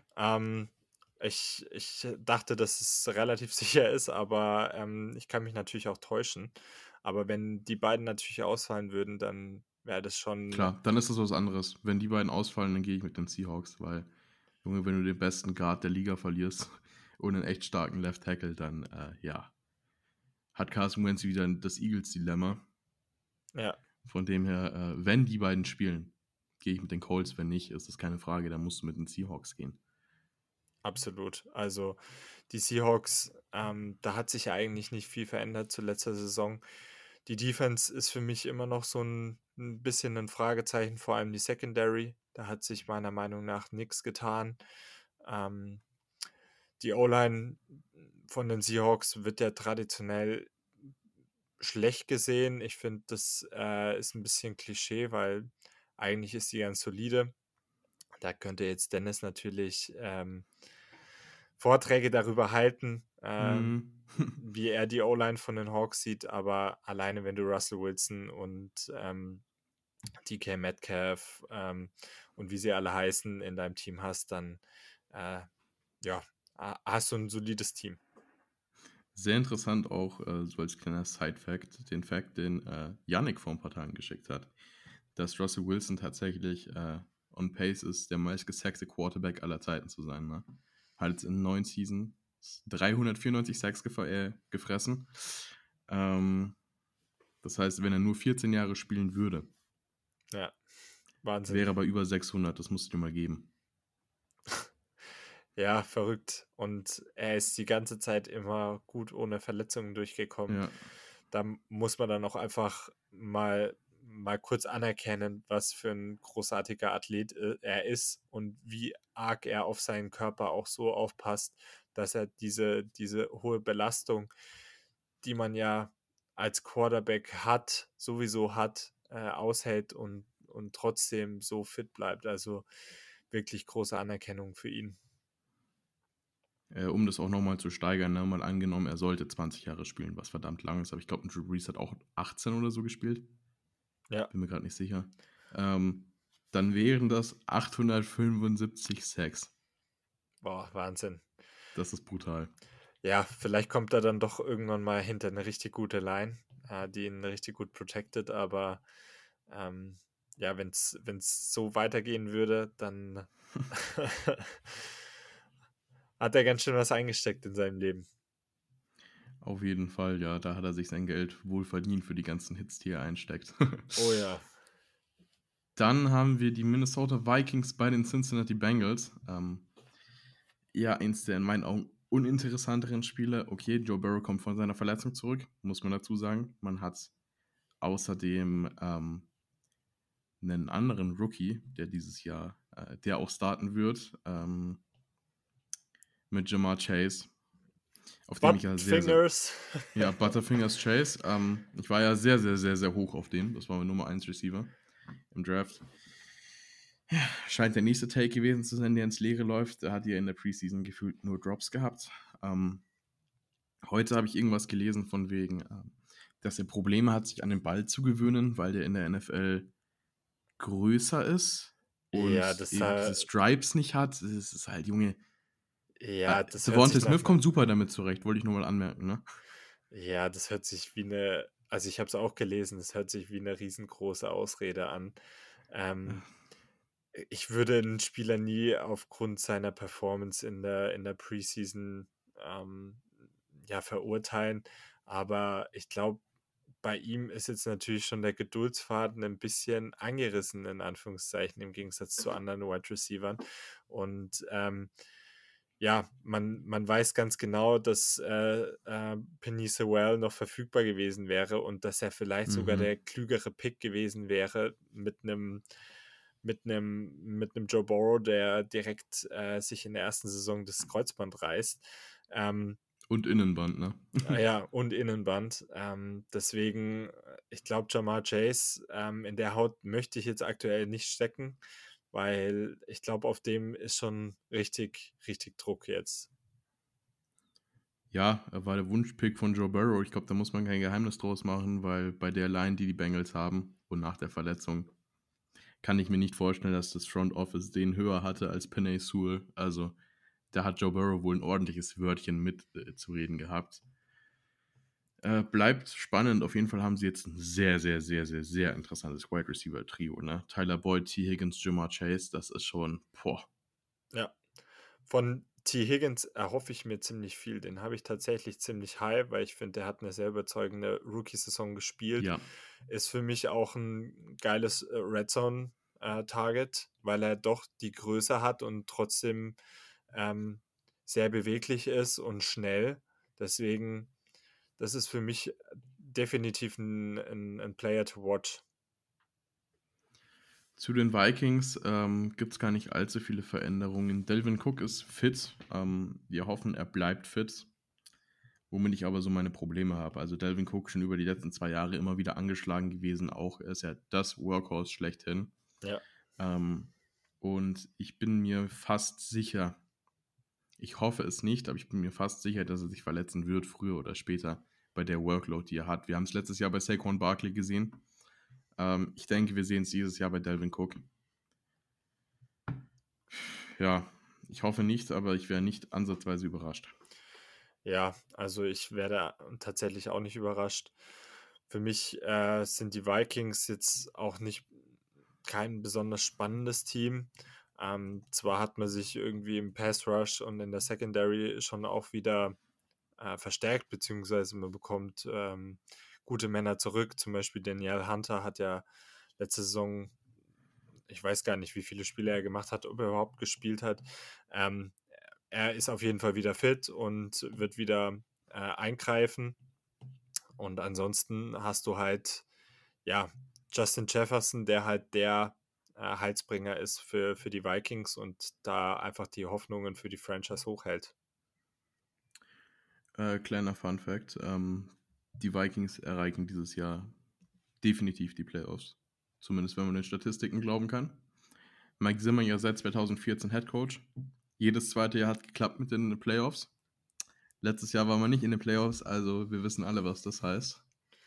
ich dachte, dass es relativ sicher ist, aber ich kann mich natürlich auch täuschen. Aber wenn die beiden natürlich ausfallen würden, dann wäre das schon, klar, dann ist das was anderes. Wenn die beiden ausfallen, dann gehe ich mit den Seahawks, weil, Junge, wenn du den besten Guard der Liga verlierst und einen echt starken Left Tackle, dann, ja, hat Carson Wentz wieder das Eagles-Dilemma. ja, Von dem her, wenn die beiden spielen, gehe ich mit den Colts. Wenn nicht, ist das keine Frage, dann musst du mit den Seahawks gehen. absolut. Also die Seahawks, da hat sich ja eigentlich nicht viel verändert zu letzter Saison. Die Defense ist für mich immer noch so ein bisschen ein Fragezeichen, vor allem die Secondary. Da hat sich meiner Meinung nach nichts getan. Ähm, Die O-Line von den Seahawks wird ja traditionell schlecht gesehen. Ich finde, das ist ein bisschen Klischee, weil eigentlich ist die ganz solide. Da könnte jetzt Dennis natürlich Vorträge darüber halten, Mhm. wie er die O-Line von den Hawks sieht, aber alleine wenn du Russell Wilson und DK Metcalf und wie sie alle heißen in deinem Team hast, dann ja, hast du ein solides Team. Sehr interessant auch, so als kleiner Side-Fact, den Fact, den Yannick vor ein paar Tagen geschickt hat, dass Russell Wilson tatsächlich on pace ist, der meistgesackte Quarterback aller Zeiten zu sein. Ne? Hat jetzt in 9 Seasons 394 Sacks gefressen. Das heißt, wenn er nur 14 Jahre spielen würde, Ja, Wahnsinn. wäre er bei über 600. Das musst du dir mal geben. Ja, verrückt. Und er ist die ganze Zeit immer gut ohne Verletzungen durchgekommen. Ja, Da muss man dann auch einfach mal kurz anerkennen, was für ein großartiger Athlet er ist und wie arg er auf seinen Körper auch so aufpasst, dass er diese hohe Belastung, die man ja als Quarterback sowieso hat, aushält und trotzdem so fit bleibt. Also wirklich große Anerkennung für ihn. um das auch nochmal zu steigern, ne? Mal angenommen, er sollte 20 Jahre spielen, was verdammt lang ist, aber ich glaube, Drew Brees hat auch 18 oder so gespielt. Ja, Bin mir gerade nicht sicher. Dann wären das 875 Sacks. boah, Wahnsinn. Das ist brutal. Ja, vielleicht kommt er dann doch irgendwann mal hinter eine richtig gute Line, die ihn richtig gut protected, aber ähm, ja, wenn es so weitergehen würde, dann hat er ganz schön was eingesteckt in seinem Leben. Auf jeden Fall, ja, da hat er sich sein Geld wohl verdient für die ganzen Hits, die er einsteckt. Oh ja. Dann haben wir die Minnesota Vikings bei den Cincinnati Bengals. Ja, eins der in meinen Augen uninteressanteren Spiele. Okay, Joe Burrow kommt von seiner Verletzung zurück, muss man dazu sagen. Man hat außerdem einen anderen Rookie, der dieses Jahr, der auch starten wird, mit Jamar Chase, auf den ich ja sehr, sehr, Buttfingers. ja, Butterfingers Chase. Ich war ja sehr, sehr, sehr, sehr hoch auf den. Das war mein Nummer 1 Receiver im Draft. Scheint der nächste Take gewesen zu sein, der ins Leere läuft. Da hat er in der Preseason gefühlt nur Drops gehabt. Heute habe ich irgendwas gelesen von wegen, dass er Probleme hat, sich an den Ball zu gewöhnen, weil der in der NFL größer ist Ja, und eben diese Stripes nicht hat. Es ist halt, Junge. das hört Devontae sich nach Smith einem kommt super damit zurecht, wollte ich nur mal anmerken, ne? Ja, das hört sich wie eine also, ich habe es auch gelesen, das hört sich wie eine riesengroße Ausrede an. Ähm, Ich würde einen Spieler nie aufgrund seiner Performance in der Preseason, ähm, ja, verurteilen, aber ich glaube, bei ihm ist jetzt natürlich schon der Geduldsfaden ein bisschen angerissen in Anführungszeichen im Gegensatz zu anderen Wide Receivern und, ja, man weiß ganz genau, dass, Penei Sewell noch verfügbar gewesen wäre und dass er vielleicht sogar Mhm. der klügere Pick gewesen wäre mit einem Joe Burrow, der direkt, sich in der ersten Saison das Kreuzband reißt. Ähm, Und Innenband, ne? ja, und Innenband. Deswegen, ich glaube, Jamar Chase, in der Haut möchte ich jetzt aktuell nicht stecken, weil ich glaube, auf dem ist schon richtig, richtig Druck jetzt. Ja, er war der Wunschpick von Joe Burrow. Ich glaube, da muss man kein Geheimnis draus machen, weil bei der Line, die die Bengals haben und nach der Verletzung, kann ich mir nicht vorstellen, dass das Front Office den höher hatte als Penei Sewell. Also da hat Joe Burrow wohl ein ordentliches Wörtchen mit zu reden gehabt. Bleibt spannend. Auf jeden Fall haben sie jetzt ein sehr, sehr, sehr, sehr, sehr interessantes Wide Receiver Trio. Ne? Tyler Boyd, T. Higgins, Jamar Chase, das ist schon, boah. Ja. Von T. Higgins erhoffe ich mir ziemlich viel. Den habe ich tatsächlich ziemlich high, weil ich finde, der hat eine sehr überzeugende Rookie-Saison gespielt. Ja, Ist für mich auch ein geiles Red Zone-Target, weil er doch die Größe hat und trotzdem ähm, sehr beweglich ist und schnell. Deswegen, das ist für mich definitiv ein Player to watch. zu den Vikings gibt es gar nicht allzu viele Veränderungen. Delvin Cook ist fit. Wir hoffen, er bleibt fit. Womit ich aber so meine Probleme habe. Also Delvin Cook schon über die letzten 2 Jahre immer wieder angeschlagen gewesen. Auch er ist ja das Workhorse schlechthin. Ja. Ähm, und ich bin mir fast sicher, ich hoffe es nicht, aber ich bin mir fast sicher, dass er sich verletzen wird, früher oder später, bei der Workload, die er hat. Wir haben es letztes Jahr bei Saquon Barkley gesehen. Ich denke, wir sehen es dieses Jahr bei Delvin Cook. Ja, ich hoffe nicht, aber ich wäre nicht ansatzweise überrascht. Ja, also ich werde tatsächlich auch nicht überrascht. Für mich sind die Vikings jetzt auch nicht kein besonders spannendes Team. Zwar hat man sich irgendwie im Pass Rush und in der Secondary schon auch wieder verstärkt, beziehungsweise man bekommt gute Männer zurück. Zum Beispiel Danielle Hunter hat ja letzte Saison, ich weiß gar nicht, wie viele Spiele er gemacht hat, ob er überhaupt gespielt hat. Ähm, er ist auf jeden Fall wieder fit und wird wieder eingreifen. Und ansonsten hast du halt, ja, Justin Jefferson, der halt der Heilsbringer ist für die Vikings und da einfach die Hoffnungen für die Franchise hochhält. Kleiner Fun Fact: Die Vikings erreichen dieses Jahr definitiv die Playoffs. Zumindest wenn man den Statistiken glauben kann. Mike Zimmer ja seit 2014 Head Coach. Jedes zweite Jahr hat geklappt mit den Playoffs. Letztes Jahr war man nicht in den Playoffs, also wir wissen alle, was das heißt.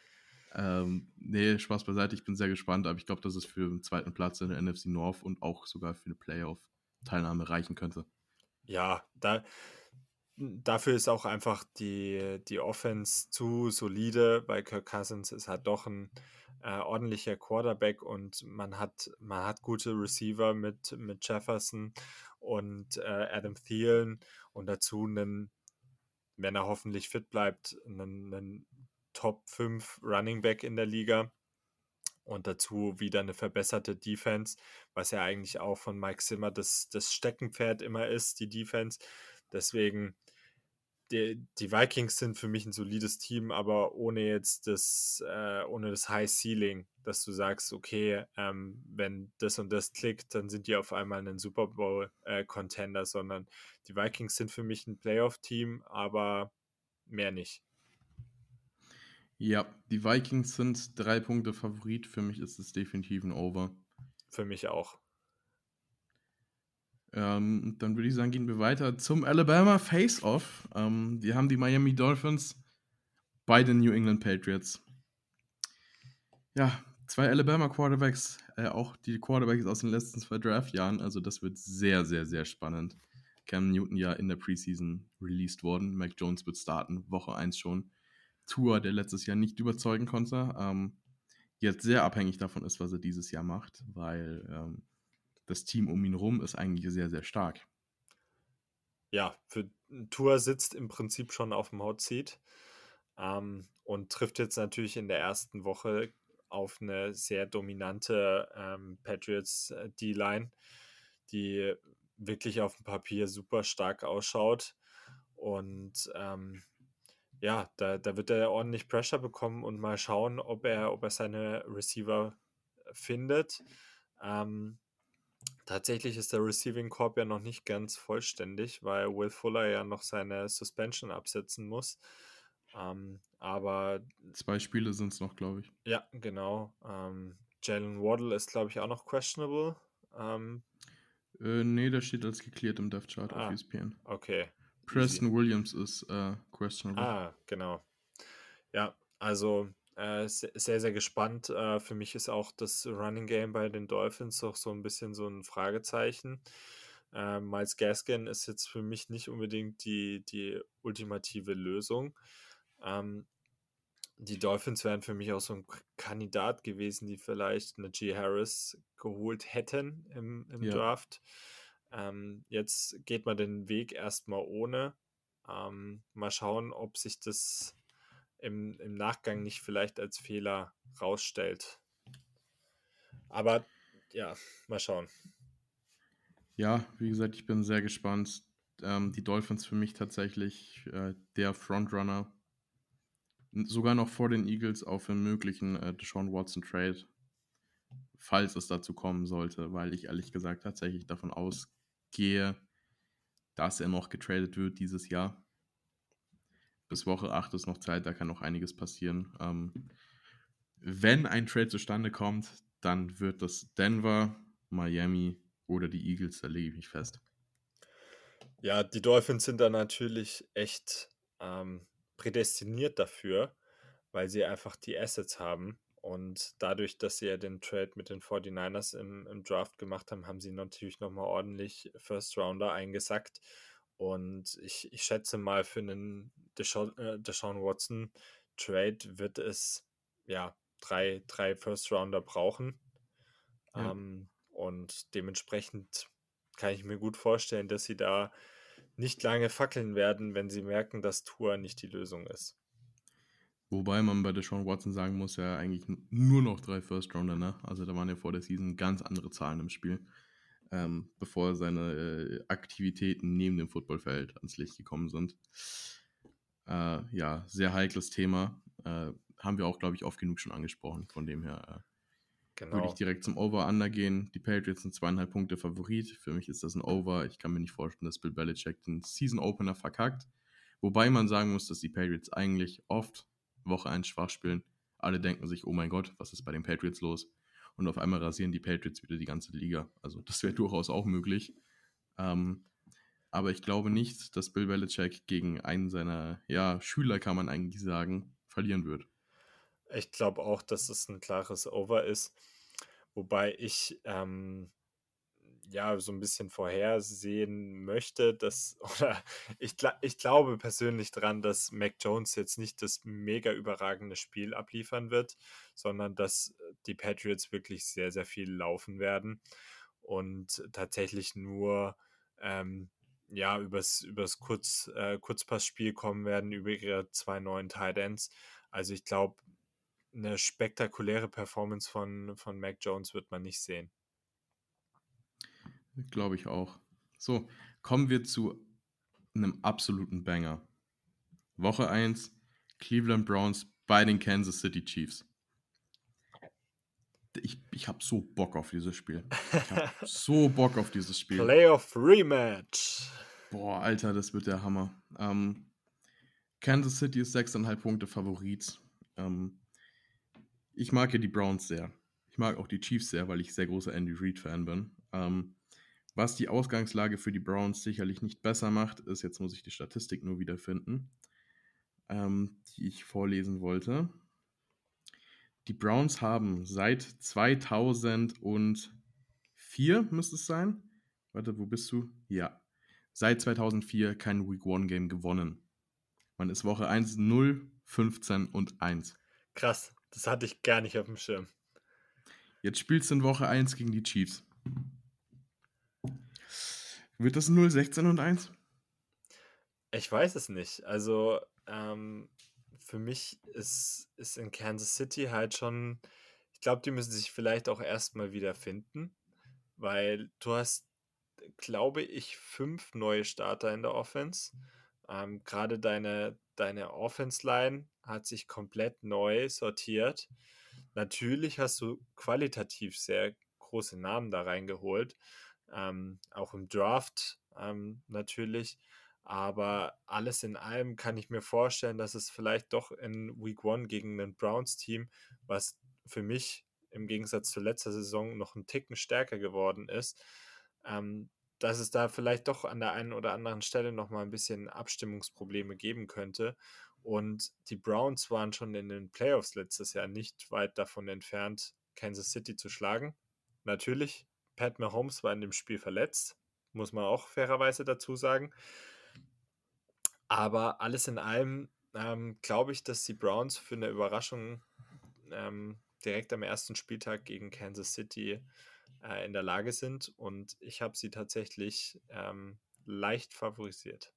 Nee, Spaß beiseite, ich bin sehr gespannt, aber ich glaube, dass es für den zweiten Platz in der NFC North und auch sogar für eine Playoff-Teilnahme reichen könnte. Ja, dafür ist auch einfach die Offense zu solide, weil Kirk Cousins ist halt doch ein ordentlicher Quarterback und man hat gute Receiver mit Jefferson und Adam Thielen und dazu einen, wenn er hoffentlich fit bleibt, einen Top 5 Running Back in der Liga und dazu wieder eine verbesserte Defense, was ja eigentlich auch von Mike Zimmer das Steckenpferd immer ist, die Defense. Deswegen, die Vikings sind für mich ein solides Team, aber ohne das High Ceiling, dass du sagst, okay, wenn das und das klickt, dann sind die auf einmal ein Super Bowl Contender, sondern die Vikings sind für mich ein Playoff-Team, aber mehr nicht. Ja, die Vikings sind 3 Punkte Favorit. Für mich ist es definitiv ein Over. Für mich auch. Dann würde ich sagen, gehen wir weiter zum Alabama Face-Off. Wir haben die Miami Dolphins bei den New England Patriots. Ja, 2 Alabama Quarterbacks, auch die Quarterbacks aus den letzten 2 Draftjahren. Also das wird sehr, sehr, sehr spannend. Cam Newton ja in der Preseason released worden. Mac Jones wird starten, Woche 1 schon. Tua, der letztes Jahr nicht überzeugen konnte, jetzt sehr abhängig davon ist, was er dieses Jahr macht, weil das Team um ihn rum ist eigentlich sehr, sehr stark. Ja, für Tour sitzt im Prinzip schon auf dem Hot Seat und trifft jetzt natürlich in der ersten Woche auf eine sehr dominante Patriots D-Line, die wirklich auf dem Papier super stark ausschaut. Und ja, da wird er ordentlich Pressure bekommen und mal schauen, ob er seine Receiver findet. Ähm, Tatsächlich ist der Receiving Corp ja noch nicht ganz vollständig, weil Will Fuller ja noch seine Suspension absetzen muss. Aber 2 Spiele sind es noch, glaube ich. ja, genau. Jalen Waddle ist, glaube ich, auch noch questionable. Ähm, Nee, der steht als geklärt im Death Chart auf ESPN. okay. Easy. Preston Williams ist questionable. Genau. Ja, also sehr, sehr gespannt. Für mich ist auch das Running Game bei den Dolphins doch so ein bisschen so ein Fragezeichen. Myles Gaskin ist jetzt für mich nicht unbedingt die ultimative Lösung. Ähm, Die Dolphins wären für mich auch so ein Kandidat gewesen, die vielleicht eine G. Harris geholt hätten im Ja. Draft. Jetzt geht man den Weg erstmal ohne. Mal schauen, ob sich das im Nachgang nicht vielleicht als Fehler rausstellt. Aber ja, mal schauen. Ja, wie gesagt, ich bin sehr gespannt. Die Dolphins für mich tatsächlich der Frontrunner. Sogar noch vor den Eagles auf einen möglichen Deshaun Watson Trade, falls es dazu kommen sollte, weil ich ehrlich gesagt tatsächlich davon ausgehe, dass er noch getradet wird dieses Jahr. Bis Woche 8 ist noch Zeit, da kann noch einiges passieren. Wenn ein Trade zustande kommt, dann wird das Denver, Miami oder die Eagles, da lege ich mich fest. Ja, die Dolphins sind da natürlich echt prädestiniert dafür, weil sie einfach die Assets haben. Und dadurch, dass sie ja den Trade mit den 49ers im Draft gemacht haben, haben sie natürlich nochmal ordentlich First Rounder eingesackt. Und ich schätze mal, für einen Deshaun Watson Trade wird es ja drei First Rounder brauchen. Ja. Und dementsprechend kann ich mir gut vorstellen, dass sie da nicht lange fackeln werden, wenn sie merken, dass Tour nicht die Lösung ist. Wobei man bei Deshaun Watson sagen muss, ja eigentlich nur noch 3 First-Rounder, ne? Also da waren ja vor der Season ganz andere Zahlen im Spiel. bevor seine Aktivitäten neben dem Footballfeld ans Licht gekommen sind. Ja, sehr heikles Thema. Haben wir auch, glaube ich, oft genug schon angesprochen. Von dem her würde ich Genau. direkt zum Over-Under gehen. Die Patriots sind 2,5 Punkte Favorit. Für mich ist das ein Over. Ich kann mir nicht vorstellen, dass Bill Belichick den Season-Opener verkackt. Wobei man sagen muss, dass die Patriots eigentlich oft Woche 1 schwach spielen. Alle denken sich, oh mein Gott, was ist bei den Patriots los? Und auf einmal rasieren die Patriots wieder die ganze Liga. Also das wäre durchaus auch möglich. Aber ich glaube nicht, dass Bill Belichick gegen einen seiner Schüler, kann man eigentlich sagen, verlieren wird. Ich glaube auch, dass es ein klares Over ist, wobei ich ja so ein bisschen vorhersehen möchte, dass, oder ich glaube persönlich dran, dass Mac Jones jetzt nicht das mega überragende Spiel abliefern wird, sondern dass die Patriots wirklich sehr, sehr viel laufen werden und tatsächlich nur ja, übers Kurzpassspiel kommen werden, über ihre zwei neuen Tight Ends. Also ich glaube, eine spektakuläre Performance von Mac Jones wird man nicht sehen. Glaube ich auch. So, kommen wir zu einem absoluten Banger. Woche 1, Cleveland Browns bei den Kansas City Chiefs. Ich habe so Bock auf dieses Spiel. Ich habe so Bock auf dieses Spiel. Playoff Rematch. Boah, Alter, das wird der Hammer. Kansas City ist 6,5 Punkte Favorit. Ich mag ja die Browns sehr. Ich mag auch die Chiefs sehr, weil ich sehr großer Andy Reid-Fan bin. Was die Ausgangslage für die Browns sicherlich nicht besser macht, ist, jetzt muss ich die Statistik nur wiederfinden, die ich vorlesen wollte. Die Browns haben seit 2004, müsste es sein. Warte, wo bist du? Ja. Seit 2004 kein Week 1 Game gewonnen. Man ist Woche 1 0, 15 und 1. Krass, das hatte ich gar nicht auf dem Schirm. Jetzt spielst du in Woche 1 gegen die Chiefs. Wird das 0, 16 und 1? Ich weiß es nicht. Also, für mich ist in Kansas City halt schon, ich glaube, die müssen sich vielleicht auch erstmal wieder finden, weil du hast, glaube ich, 5 neue Starter in der Offense. Gerade deine Offense-Line hat sich komplett neu sortiert. Natürlich hast du qualitativ sehr große Namen da reingeholt, auch im Draft natürlich. Aber alles in allem kann ich mir vorstellen, dass es vielleicht doch in Week 1 gegen ein Browns-Team, was für mich im Gegensatz zu letzter Saison noch einen Ticken stärker geworden ist, ähm, dass es da vielleicht doch an der einen oder anderen Stelle noch mal ein bisschen Abstimmungsprobleme geben könnte. Und die Browns waren schon in den Playoffs letztes Jahr nicht weit davon entfernt, Kansas City zu schlagen. Natürlich, Pat Mahomes war in dem Spiel verletzt, muss man auch fairerweise dazu sagen. Aber alles in allem glaube ich, dass die Browns für eine Überraschung direkt am ersten Spieltag gegen Kansas City in der Lage sind. Und ich habe sie tatsächlich leicht favorisiert.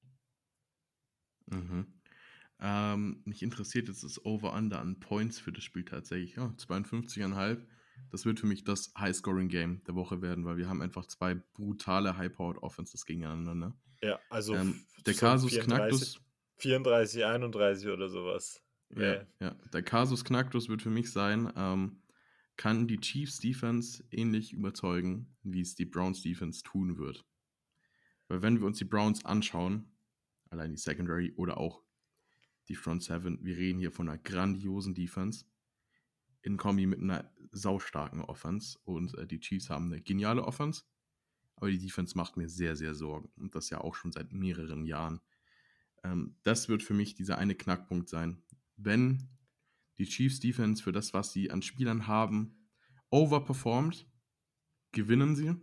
Mhm. Mich interessiert jetzt das Over-Under an Points für das Spiel tatsächlich. Ja, 52,5. Das wird für mich das High-Scoring-Game der Woche werden, weil wir haben einfach zwei brutale High-Powered Offenses gegeneinander. Ne? Ja, also Der so Kasus Knacktus. 34, 31 oder sowas. Ja, der Kasus Knacktus wird für mich sein, kann die Chiefs Defense ähnlich überzeugen, wie es die Browns Defense tun wird. Weil wenn wir uns die Browns anschauen, allein die Secondary oder auch die Front Seven, wir reden hier von einer grandiosen Defense in Kombi mit einer saustarken Offense und die Chiefs haben eine geniale Offense, aber die Defense macht mir sehr, sehr Sorgen und das ja auch schon seit mehreren Jahren. Das wird für mich dieser eine Knackpunkt sein. Wenn die Chiefs Defense für das, was sie an Spielern haben, overperformt, gewinnen sie.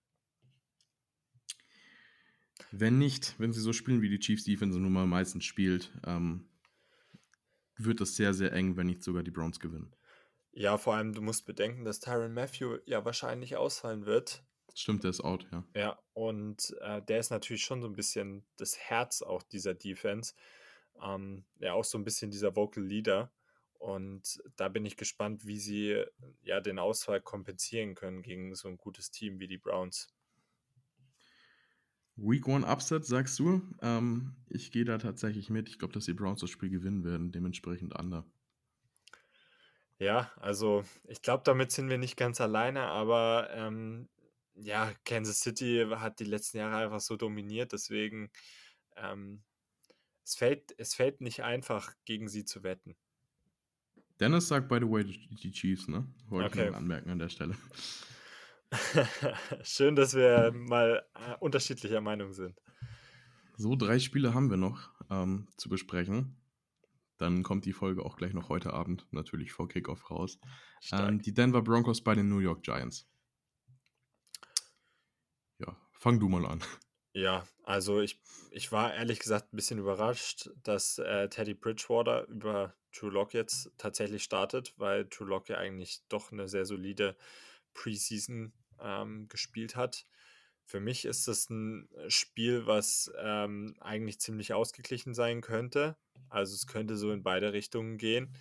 Wenn nicht, wenn sie so spielen, wie die Chiefs Defense nun mal meistens spielt, wird das sehr, sehr eng, wenn nicht sogar die Browns gewinnen. Ja, vor allem, du musst bedenken, dass Tyrann Matthew ja wahrscheinlich ausfallen wird. Stimmt, der ist out, ja. Ja, und der ist natürlich schon so ein bisschen das Herz auch dieser Defense. Ja, auch so ein bisschen dieser Vocal Leader. Und da bin ich gespannt, wie sie ja den Ausfall kompensieren können gegen so ein gutes Team wie die Browns. Week 1 Upset, sagst du? Ich gehe da tatsächlich mit. Ich glaube, dass die Browns das Spiel gewinnen werden, dementsprechend under. Ja, also ich glaube, damit sind wir nicht ganz alleine, aber ja, Kansas City hat die letzten Jahre einfach so dominiert, deswegen ähm, es fällt nicht einfach, gegen sie zu wetten. Dennis sagt, by the way, die Chiefs, ne? Wollte ich Okay. nur anmerken an der Stelle. Schön, dass wir mal unterschiedlicher Meinung sind. So, 3 Spiele haben wir noch zu besprechen. Dann kommt die Folge auch gleich noch heute Abend, natürlich vor Kickoff raus. Stark. Die Denver Broncos bei den New York Giants. Ja, fang du mal an. Ja, also ich war ehrlich gesagt ein bisschen überrascht, dass Teddy Bridgewater über Drew Lock jetzt tatsächlich startet, weil Drew Lock ja eigentlich doch eine sehr solide Preseason gespielt hat. Für mich ist das ein Spiel, was eigentlich ziemlich ausgeglichen sein könnte. Also es könnte so in beide Richtungen gehen.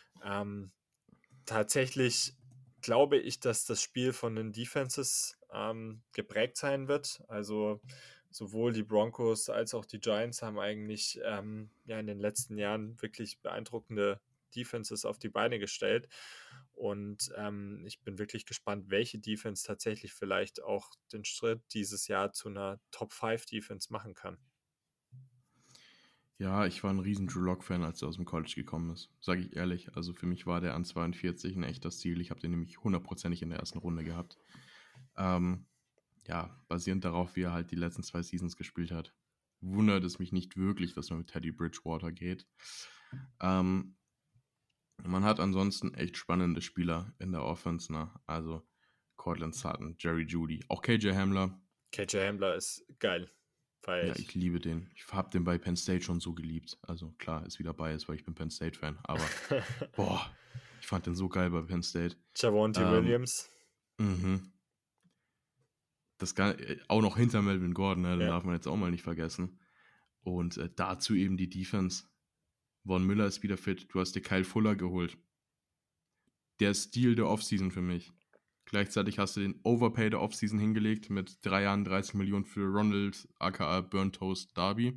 Tatsächlich glaube ich, dass das Spiel von den Defenses geprägt sein wird. Also sowohl die Broncos als auch die Giants haben eigentlich ja in den letzten Jahren wirklich beeindruckende Defenses auf die Beine gestellt. Und ich bin wirklich gespannt, welche Defense tatsächlich vielleicht auch den Schritt dieses Jahr zu einer Top-5-Defense machen kann. Ja, ich war ein riesen Drew Lock-Fan, als er aus dem College gekommen ist. Sage ich ehrlich. Also für mich war der an 42 ein echtes Ziel. Ich habe den nämlich 100%ig in der ersten Runde gehabt. Ja, basierend darauf, wie er halt die letzten 2 Seasons gespielt hat, wundert es mich nicht wirklich, dass man mit Teddy Bridgewater geht. Man hat ansonsten echt spannende Spieler in der Offense, ne? Also Cortland Sutton, Jerry Jeudy, auch KJ Hamler. KJ Hamler ist geil. Ja, ich liebe den. Ich habe den bei Penn State schon so geliebt. Also klar, ist wieder Bias, weil ich bin Penn State-Fan. Aber boah, ich fand den so geil bei Penn State. Javonte Williams. Das auch noch hinter Melvin Gordon, ne? Den Ja. darf man jetzt auch mal nicht vergessen. Und dazu eben die Defense. Von Miller ist wieder fit. Du hast dir Kyle Fuller geholt. Der Stil der Offseason für mich. Gleichzeitig hast du den Overpay der Offseason hingelegt mit 3 Jahren 30 Millionen für Ronald, aka Burn Toast Darby.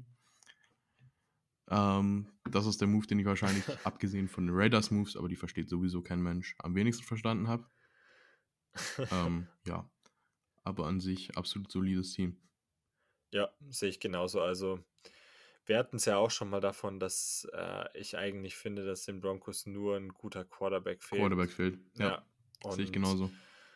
Das ist der Move, den ich wahrscheinlich, abgesehen von den Raiders Moves, aber die versteht sowieso kein Mensch, am wenigsten verstanden habe. Ja, aber an sich absolut solides Team. Ja, sehe ich genauso. Also wir hatten es ja auch schon mal davon, dass ich eigentlich finde, dass den Broncos nur ein guter Quarterback fehlt. Quarterback fehlt, ja. Sehe ich genauso.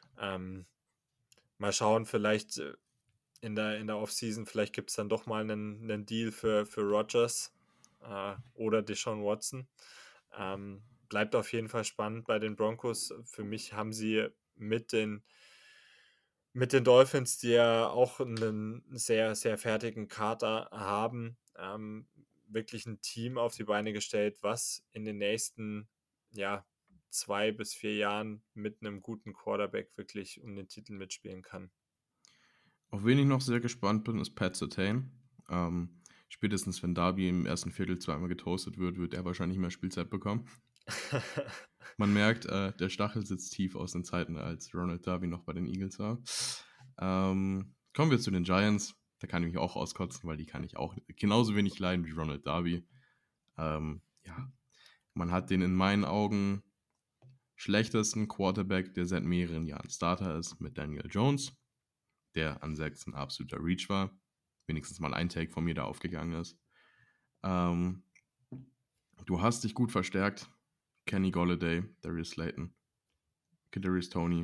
Mal schauen, vielleicht in der Offseason, vielleicht gibt es dann doch mal einen Deal für Rodgers oder Deshaun Watson. Bleibt auf jeden Fall spannend bei den Broncos. Für mich haben sie mit den Dolphins, die ja auch einen sehr, sehr fertigen Kader haben, wirklich ein Team auf die Beine gestellt, was in den nächsten 2 bis 4 Jahren mit einem guten Quarterback wirklich um den Titel mitspielen kann. Auf wen ich noch sehr gespannt bin, ist Pat Surtain. Spätestens wenn Darby im ersten Viertel zweimal getoastet wird er wahrscheinlich mehr Spielzeit bekommen. Man merkt, der Stachel sitzt tief aus den Zeiten, als Ronald Darby noch bei den Eagles war. Kommen wir zu den Giants. Da kann ich mich auch auskotzen, weil die kann ich auch genauso wenig leiden wie Ronald Darby. Ja, man hat den in meinen Augen schlechtesten Quarterback, der seit mehreren Jahren Starter ist, mit Daniel Jones, der an 6 ein absoluter Reach war. Wenigstens mal ein Take von mir da aufgegangen ist. Du hast dich gut verstärkt. Kenny Golladay, Darius Slayton, Kadarius Toney.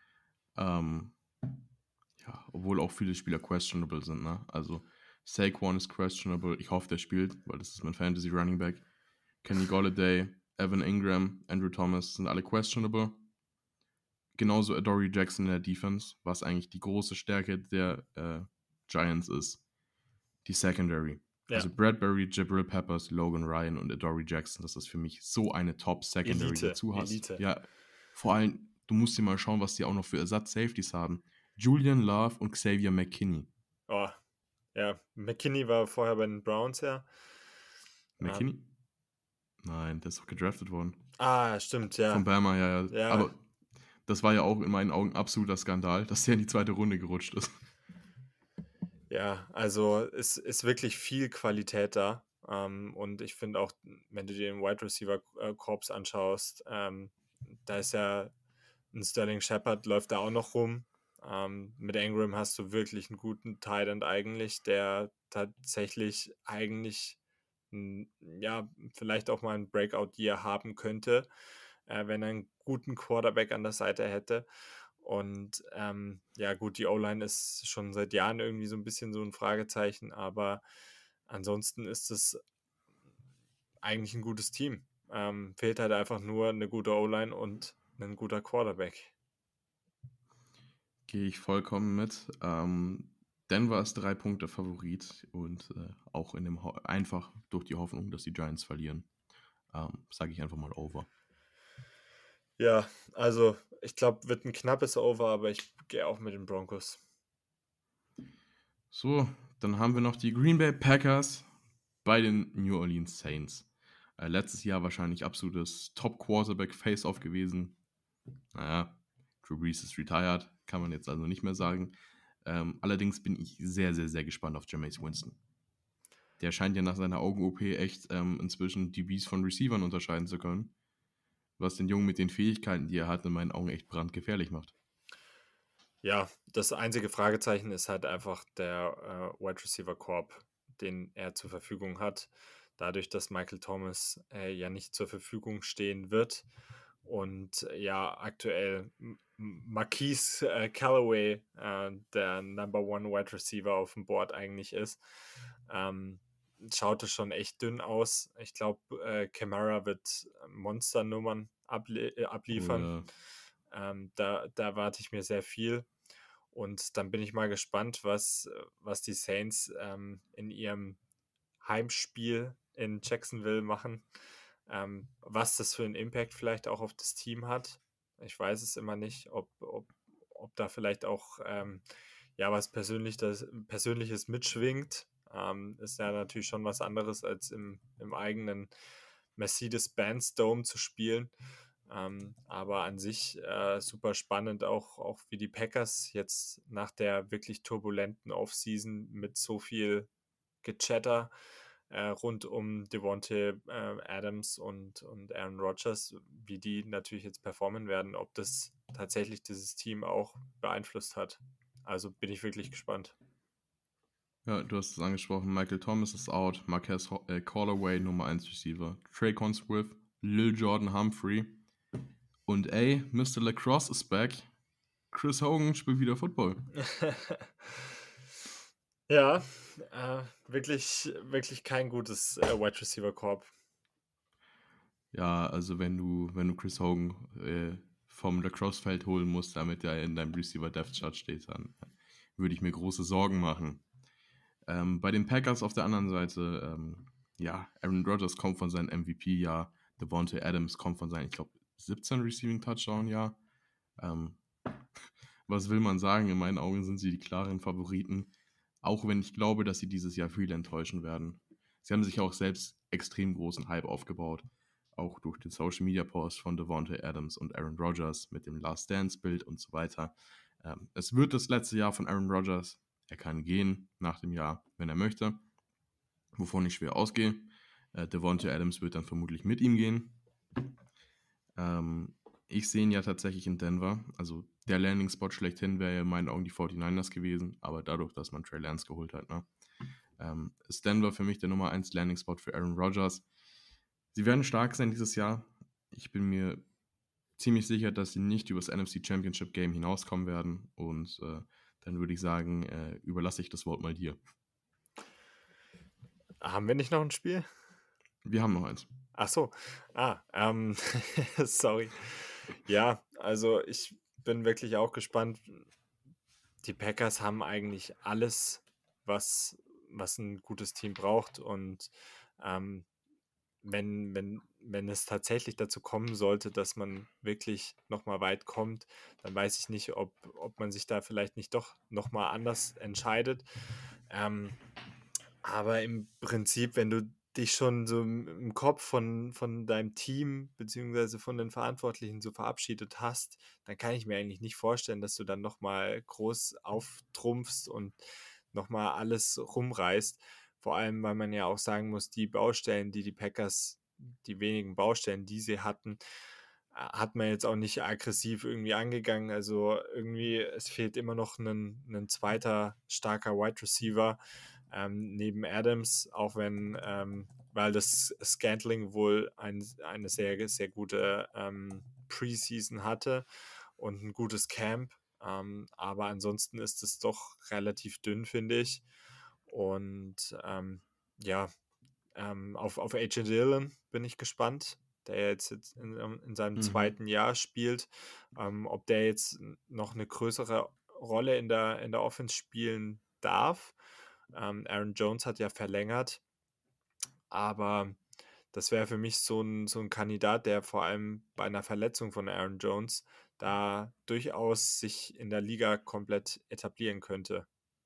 Ja, obwohl auch viele Spieler questionable sind, ne? Also Saquon ist questionable. Ich hoffe, der spielt, weil das ist mein Fantasy Running Back. Kenny Golladay, Evan Ingram, Andrew Thomas sind alle questionable. Genauso Adoree Jackson in der Defense, was eigentlich die große Stärke der Giants ist. Die Secondary. Ja. Also Bradbury, Jabril Peppers, Logan Ryan und Adoree Jackson, das ist für mich so eine Top-Secondary, die dazu hast. Elite. Ja, vor allem, du musst dir mal schauen, was die auch noch für Ersatz-Safeties haben. Julian Love und Xavier McKinney. Oh, ja, McKinney war vorher bei den Browns, ja. McKinney? Nein, der ist doch gedraftet worden. Ah, stimmt, Von ja. Bama, ja. Ja, Aber das war ja auch in meinen Augen absoluter Skandal, dass der in die zweite Runde gerutscht ist. ja, also es ist wirklich viel Qualität da. Und ich finde auch, wenn du dir den Wide Receiver Corps anschaust, da ist ja ein Sterling Shepard läuft da auch noch rum. Mit Ingram hast du wirklich einen guten Tight End eigentlich, der tatsächlich eigentlich ja, vielleicht auch mal ein Breakout-Year haben könnte, wenn er einen guten Quarterback an der Seite hätte. Und ja, gut, die O-Line ist schon seit Jahren irgendwie so ein bisschen so ein Fragezeichen, aber ansonsten ist es eigentlich ein gutes Team. Fehlt halt einfach nur eine gute O-Line und ein guter Quarterback. Gehe ich vollkommen mit. Denver ist 3 Punkte Favorit und auch einfach durch die Hoffnung, dass die Giants verlieren. Sage ich einfach mal over. Ja, also ich glaube, wird ein knappes Over, aber ich gehe auch mit den Broncos. So, dann haben wir noch die Green Bay Packers bei den New Orleans Saints. Letztes Jahr wahrscheinlich absolutes Top-Quarterback-Face-Off gewesen. Naja, Drew Brees ist retired, kann man jetzt also nicht mehr sagen. Allerdings bin ich sehr, sehr, sehr gespannt auf Jameis Winston. Der scheint ja nach seiner Augen-OP echt inzwischen DBs von Receivern unterscheiden zu können, was den Jungen mit den Fähigkeiten, die er hat, in meinen Augen echt brandgefährlich macht. Ja, das einzige Fragezeichen ist halt einfach der Wide Receiver Corp, den er zur Verfügung hat. Dadurch, dass Michael Thomas ja nicht zur Verfügung stehen wird und ja aktuell Marquise Callaway der Number One Wide Receiver auf dem Board eigentlich ist, ähm, schaut es schon echt dünn aus. Ich glaube, Kamara wird Monsternummern Oh abliefern. ja. Da erwarte ich mir sehr viel. Und dann bin ich mal gespannt, was die Saints in ihrem Heimspiel in Jacksonville machen. Was das für einen Impact vielleicht auch auf das Team hat. Ich weiß es immer nicht, ob da vielleicht auch ja was Persönliches mitschwingt. Ist ja natürlich schon was anderes, als im eigenen Mercedes-Benz Dome zu spielen. Aber an sich super spannend, auch wie die Packers jetzt nach der wirklich turbulenten Offseason mit so viel Gechatter rund um Devontae Adams und Aaron Rodgers, wie die natürlich jetzt performen werden, ob das tatsächlich dieses Team auch beeinflusst hat. Also bin ich wirklich gespannt. Ja, du hast es angesprochen. Michael Thomas ist out. Marquez Callaway, Nummer 1 Receiver. Traquan Swift, Lil Jordan Humphrey. Und ey, Mr. Lacrosse ist back. Chris Hogan spielt wieder Football. Ja, wirklich kein gutes Wide Receiver Corp. Ja, also wenn du Chris Hogan vom Lacrosse-Feld holen musst, damit er in deinem Receiver-Depth-Chart steht, dann würde ich mir große Sorgen machen. Bei den Packers auf der anderen Seite, ja, Aaron Rodgers kommt von seinem MVP-Jahr, Devontae Adams kommt von seinem, ich glaube, 17 Receiving-Touchdown-Jahr. Was will man sagen? In meinen Augen sind sie die klaren Favoriten, auch wenn ich glaube, dass sie dieses Jahr viel enttäuschen werden. Sie haben sich auch selbst extrem großen Hype aufgebaut, auch durch den Social-Media-Post von Devontae Adams und Aaron Rodgers mit dem Last Dance-Bild und so weiter. Es wird das letzte Jahr von Aaron Rodgers. Er kann gehen nach dem Jahr, wenn er möchte, wovon ich schwer ausgehe. Devontae Adams wird dann vermutlich mit ihm gehen. Ich sehe ihn ja tatsächlich in Denver. Also der Landing-Spot schlechthin wäre ja in meinen Augen die 49ers gewesen, aber dadurch, dass man Trey Lance geholt hat, ne, ist Denver für mich der Nummer 1 Landing-Spot für Aaron Rodgers. Sie werden stark sein dieses Jahr. Ich bin mir ziemlich sicher, dass sie nicht über das NFC Championship Game hinauskommen werden. Und dann würde ich sagen, überlasse ich das Wort mal dir. Haben wir nicht noch ein Spiel? Wir haben noch eins. Ach so. Sorry. Ja, also ich bin wirklich auch gespannt. Die Packers haben eigentlich alles, was ein gutes Team braucht. Und ähm, wenn es tatsächlich dazu kommen sollte, dass man wirklich nochmal weit kommt, dann weiß ich nicht, ob man sich da vielleicht nicht doch nochmal anders entscheidet. Aber im Prinzip, wenn du dich schon so im Kopf von deinem Team beziehungsweise von den Verantwortlichen so verabschiedet hast, dann kann ich mir eigentlich nicht vorstellen, dass du dann nochmal groß auftrumpfst und nochmal alles rumreißt. Vor allem, weil man ja auch sagen muss, die Baustellen, die Packers, die wenigen Baustellen, die sie hatten, hat man jetzt auch nicht aggressiv irgendwie angegangen. Also irgendwie, es fehlt immer noch ein zweiter starker Wide Receiver neben Adams, auch wenn, weil das Scantling wohl eine sehr, sehr gute Preseason hatte und ein gutes Camp. Aber ansonsten ist es doch relativ dünn, finde ich. Und ja, auf AJ Dillon bin ich gespannt, der jetzt in seinem Mhm. zweiten Jahr spielt. Ob der jetzt noch eine größere Rolle in der Offense spielen darf. Aaron Jones hat ja verlängert, aber das wäre für mich so ein Kandidat, der vor allem bei einer Verletzung von Aaron Jones da durchaus sich in der Liga komplett etablieren könnte.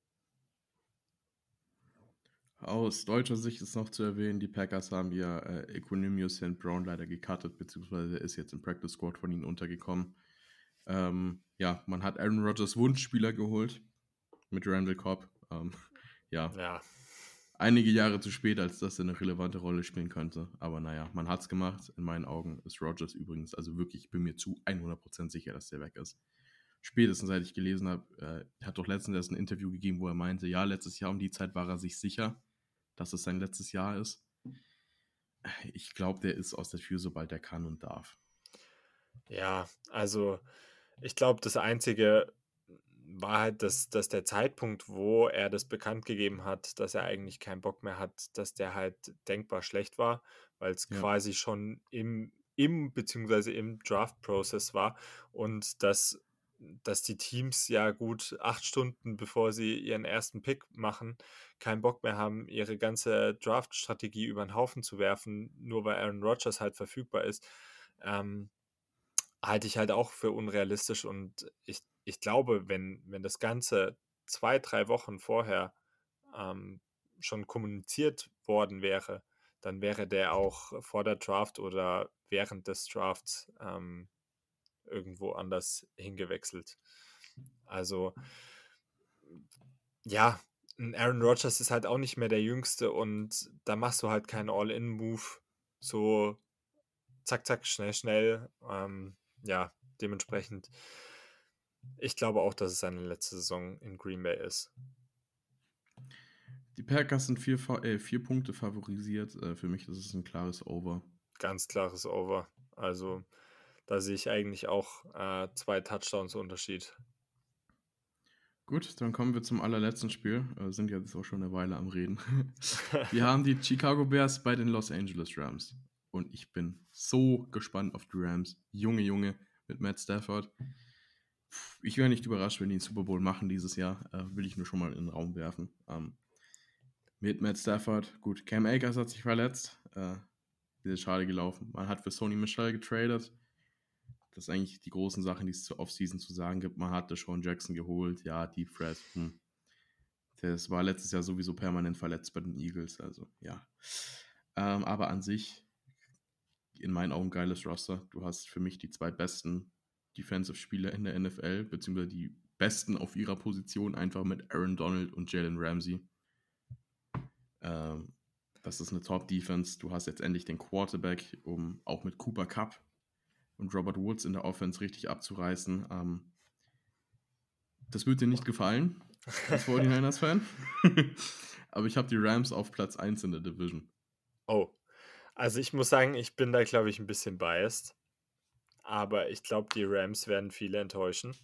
Aus deutscher Sicht ist noch zu erwähnen, die Packers haben ja Equanimous St. Brown leider gecuttet, beziehungsweise ist jetzt im Practice Squad von ihnen untergekommen. Ja, man hat Aaron Rodgers Wunschspieler geholt mit Randall Cobb. Ja, Ja, einige Jahre zu spät, als dass er eine relevante Rolle spielen könnte. Aber naja, man hat's gemacht. In meinen Augen ist Rodgers übrigens, also wirklich, ich bin mir zu 100% sicher, dass der weg ist. Spätestens seit ich gelesen habe, hat doch letztens erst ein Interview gegeben, wo er meinte, ja, letztes Jahr um die Zeit war er sich sicher, dass es sein letztes Jahr ist. Ich glaube, der ist aus der Tür, sobald er kann und darf. ja, also ich glaube, das Einzige war halt, dass der Zeitpunkt, wo er das bekannt gegeben hat, dass er eigentlich keinen Bock mehr hat, dass der halt denkbar schlecht war, weil es Ja. quasi schon im beziehungsweise im Draft-Prozess war und dass die Teams ja gut 8 Stunden, bevor sie ihren ersten Pick machen, keinen Bock mehr haben, ihre ganze Draft-Strategie über den Haufen zu werfen, nur weil Aaron Rodgers halt verfügbar ist. Ähm, Halte ich halt auch für unrealistisch und ich glaube, wenn das Ganze 2, 3 Wochen vorher ähm, schon kommuniziert worden wäre, dann wäre der auch vor der Draft oder während des Drafts irgendwo anders hingewechselt. Also ja, ein Aaron Rodgers ist halt auch nicht mehr der Jüngste und da machst du halt keinen All-In-Move so zack, zack, schnell, schnell. Ja, dementsprechend, ich glaube auch, dass es seine letzte Saison in Green Bay ist. Die Packers sind 4 Punkte favorisiert. Für mich ist es ein klares Over. Ganz klares Over. Also da sehe ich eigentlich auch 2 Touchdowns Unterschied. Gut, dann kommen wir zum allerletzten Spiel. Sind jetzt auch schon eine Weile am Reden. Wir haben die Chicago Bears bei den Los Angeles Rams. Und ich bin so gespannt auf die Rams. Junge, mit Matt Stafford. Ich wäre nicht überrascht, wenn die den Super Bowl machen dieses Jahr. Will ich nur schon mal in den Raum werfen. Mit Matt Stafford, gut, Cam Akers hat sich verletzt. Das ist schade gelaufen. Man hat für Sony Michel getradet. Das sind eigentlich die großen Sachen, die es zur Offseason zu sagen gibt. Man hatte Sean Jackson geholt. Ja, Deep Threat. Das war letztes Jahr sowieso permanent verletzt bei den Eagles. Also, ja. Aber an sich, in meinen Augen, geiles Roster. Du hast für mich die 2 besten Defensive-Spieler in der NFL, beziehungsweise die besten auf ihrer Position, einfach mit Aaron Donald und Jalen Ramsey. Das ist eine Top-Defense. Du hast jetzt endlich den Quarterback, um auch mit Cooper Kupp und Robert Woods in der Offense richtig abzureißen. Das wird dir nicht gefallen, als 49ers-Fan. Aber ich habe die Rams auf Platz 1 in der Division. Oh, also ich muss sagen, ich bin da, glaube ich, ein bisschen biased. Aber ich glaube, die Rams werden viele enttäuschen.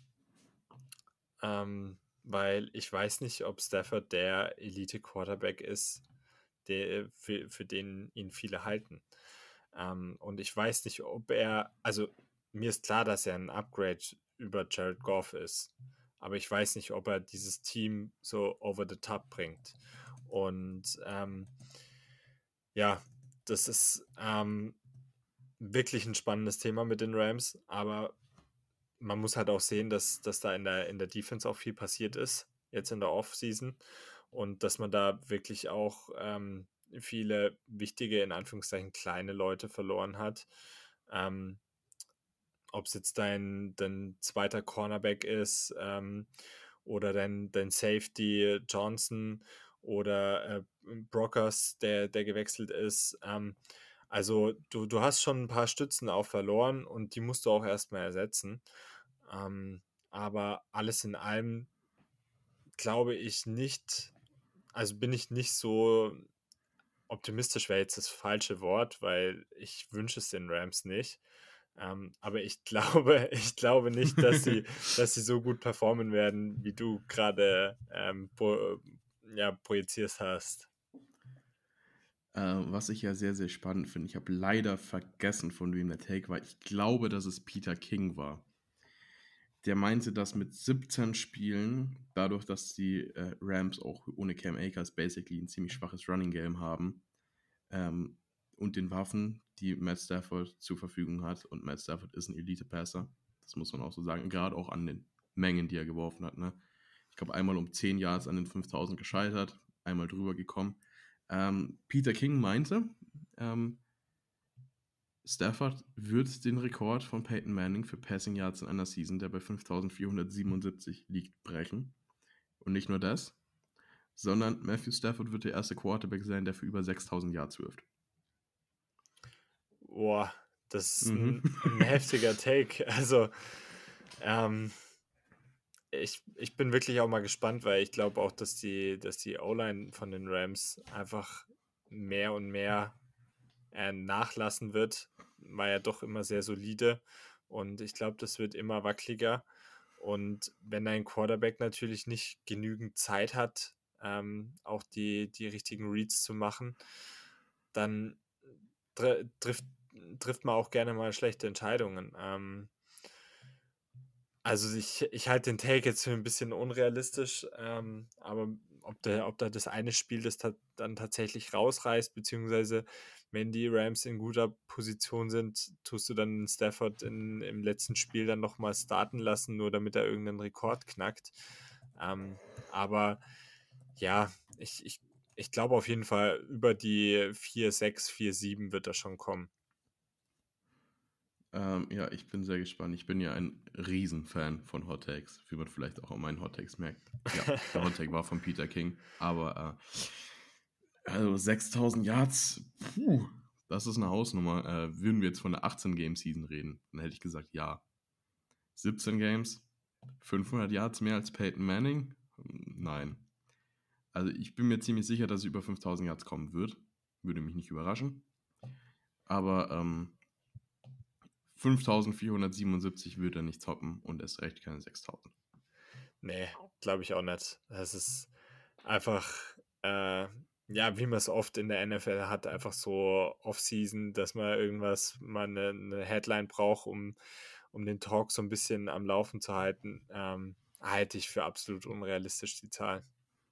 Weil ich weiß nicht, ob Stafford der Elite-Quarterback ist, für den ihn viele halten. Und ich weiß nicht, ob also mir ist klar, dass er ein Upgrade über Jared Goff ist, aber ich weiß nicht, ob er dieses Team so over the top bringt. Und ja, das ist wirklich ein spannendes Thema mit den Rams, aber man muss halt auch sehen, dass da in der Defense auch viel passiert ist, jetzt in der Offseason. Und dass man da wirklich auch viele wichtige, in Anführungszeichen kleine Leute verloren hat. Ähm, Ob es jetzt dein zweiter Cornerback ist, oder dein Safety Johnson oder Brockers, der gewechselt ist. Also du hast schon ein paar Stützen auch verloren und die musst du auch erstmal ersetzen. Ähm, aber alles in allem glaube ich nicht, also bin ich nicht so optimistisch, wäre jetzt das falsche Wort, weil ich wünsche es den Rams nicht. Aber ich glaube, ich glaube nicht, dass sie so gut performen werden, wie du gerade ja, projiziert hast. Was ich ja sehr, sehr spannend finde, ich habe leider vergessen, von wem der Take war. Ich glaube, dass es Peter King war. Der meinte, dass mit 17 Spielen, dadurch, dass die Rams auch ohne Cam Akers basically ein ziemlich schwaches Running Game haben, und den Waffen, die Matt Stafford zur Verfügung hat, und Matt Stafford ist ein Elite-Passer, das muss man auch so sagen, gerade auch an den Mengen, die er geworfen hat. Ne? Ich glaube, einmal um 10 Yards an den 5000 gescheitert, einmal drüber gekommen. Peter King meinte, Stafford wird den Rekord von Peyton Manning für Passing Yards in einer Season, der bei 5477 liegt, brechen. Und nicht nur das, sondern Matthew Stafford wird der erste Quarterback sein, der für über 6000 Yards wirft. Boah, das ist Mhm. ein heftiger Take. Also, ich bin wirklich auch mal gespannt, weil ich glaube auch, dass die O-Line von den Rams einfach mehr und mehr nachlassen wird. War ja doch immer sehr solide und ich glaube, das wird immer wackeliger. Und wenn dein Quarterback natürlich nicht genügend Zeit hat, auch die richtigen Reads zu machen, dann trifft man auch gerne mal schlechte Entscheidungen. Also ich halte den Take jetzt für ein bisschen unrealistisch, aber ob da das eine Spiel das dann tatsächlich rausreißt, beziehungsweise wenn die Rams in guter Position sind, tust du dann Stafford im letzten Spiel dann nochmal starten lassen, nur damit er irgendeinen Rekord knackt. Aber ja, ich glaube auf jeden Fall, über die 4-6, 4-7 wird er schon kommen. Ja, ich bin sehr gespannt. Ich bin ja ein Riesenfan von Hot Takes, wie man vielleicht auch an meinen Hot Takes merkt. Ja, der Hot Take war von Peter King, aber also 6000 Yards, das ist eine Hausnummer. Würden wir jetzt von der 18-Game-Season reden, dann hätte ich gesagt, ja. 17 Games, 500 Yards mehr als Peyton Manning? Nein. Also ich bin mir ziemlich sicher, dass es über 5000 Yards kommen wird. Würde mich nicht überraschen. Aber 5477 würde er nicht toppen und erst recht keine 6000. Nee, glaube ich auch nicht. Das ist einfach, ja, wie man es oft in der NFL hat, einfach so Off-Season, dass man irgendwas, mal eine Headline braucht, um den Talk so ein bisschen am Laufen zu halten. Halte ich für absolut unrealistisch, die Zahl.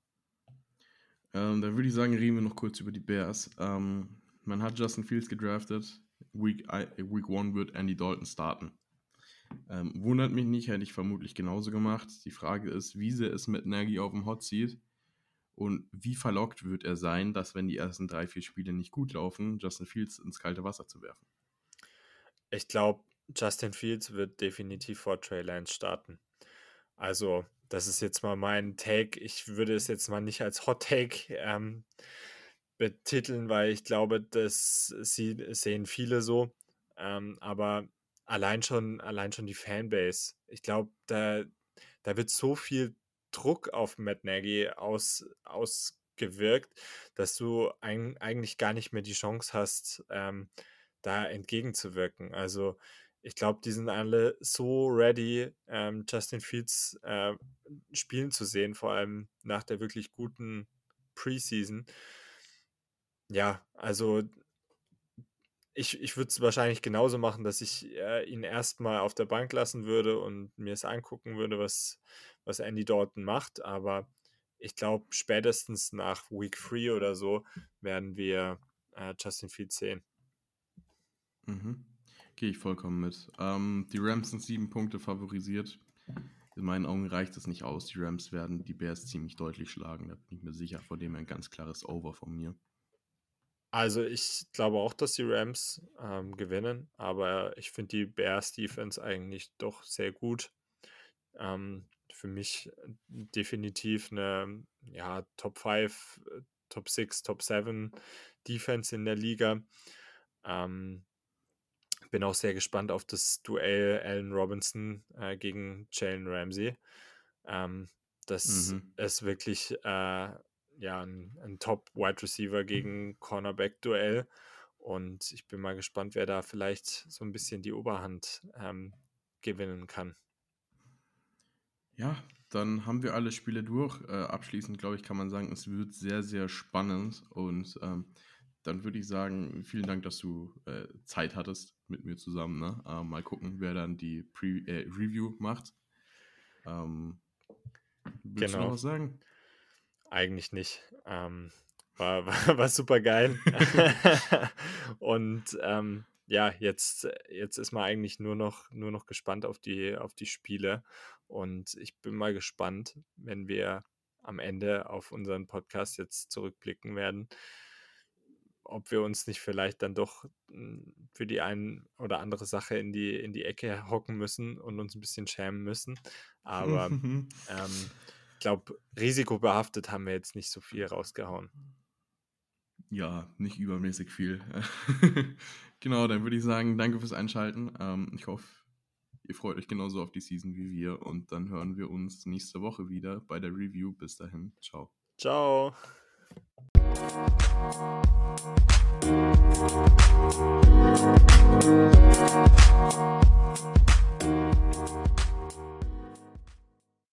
Dann würde ich sagen, reden wir noch kurz über die Bears. Man hat Justin Fields gedraftet. Week 1 wird Andy Dalton starten. Wundert mich nicht, hätte ich vermutlich genauso gemacht. Die Frage ist, wie sehr ist Matt Nagy auf dem Hot Seat und wie verlockt wird er sein, dass, wenn die ersten 3-4 Spiele nicht gut laufen, Justin Fields ins kalte Wasser zu werfen. Ich glaube, Justin Fields wird definitiv vor Trey Lance starten. Also, das ist jetzt mal mein Take. Ich würde es jetzt mal nicht als Hot Take betiteln, weil ich glaube, das sehen viele so. Aber allein schon die Fanbase. Ich glaube, da wird so viel Druck auf Matt Nagy ausgewirkt, dass du eigentlich gar nicht mehr die Chance hast, da entgegenzuwirken. Also ich glaube, die sind alle so ready, Justin Fields spielen zu sehen, vor allem nach der wirklich guten Preseason. Ja, also ich würde es wahrscheinlich genauso machen, dass ich ihn erstmal auf der Bank lassen würde und mir es angucken würde, was Andy Dalton macht. Aber ich glaube, spätestens nach Week 3 oder so werden wir Justin Fields sehen. Mhm. Gehe ich vollkommen mit. Die Rams sind 7 Punkte favorisiert. In meinen Augen reicht das nicht aus. Die Rams werden die Bears ziemlich deutlich schlagen. Da bin ich mir sicher. Vor dem ein ganz klares Over von mir. Also, ich glaube auch, dass die Rams, gewinnen, aber ich finde die Bears Defense eigentlich doch sehr gut. Für mich definitiv eine, ja, Top 5, Top 6, Top 7 Defense in der Liga. Ähm, Bin auch sehr gespannt auf das Duell Allen Robinson, gegen Jalen Ramsey. Ähm, Das Mhm. ist wirklich, ja, ein Top-Wide Receiver gegen Cornerback-Duell. Und ich bin mal gespannt, wer da vielleicht so ein bisschen die Oberhand, gewinnen kann. Ja, dann haben wir alle Spiele durch. Abschließend, glaube ich, kann man sagen, es wird sehr, sehr spannend. Und dann würde ich sagen, vielen Dank, dass du Zeit hattest mit mir zusammen. Ne? Mal gucken, wer dann die Review macht. Willst du noch Genau, was sagen? eigentlich nicht. War super geil. Und ja, jetzt ist man eigentlich nur noch gespannt auf die Spiele. Und ich bin mal gespannt, wenn wir am Ende auf unseren Podcast jetzt zurückblicken werden, ob wir uns nicht vielleicht dann doch für die ein oder andere Sache in die Ecke hocken müssen und uns ein bisschen schämen müssen. Aber ich glaube, risikobehaftet haben wir jetzt nicht so viel rausgehauen. Ja, nicht übermäßig viel. Genau, dann würde ich sagen, danke fürs Einschalten. Ich hoffe, ihr freut euch genauso auf die Season wie wir. Und dann hören wir uns nächste Woche wieder bei der Review. Bis dahin, ciao. Ciao.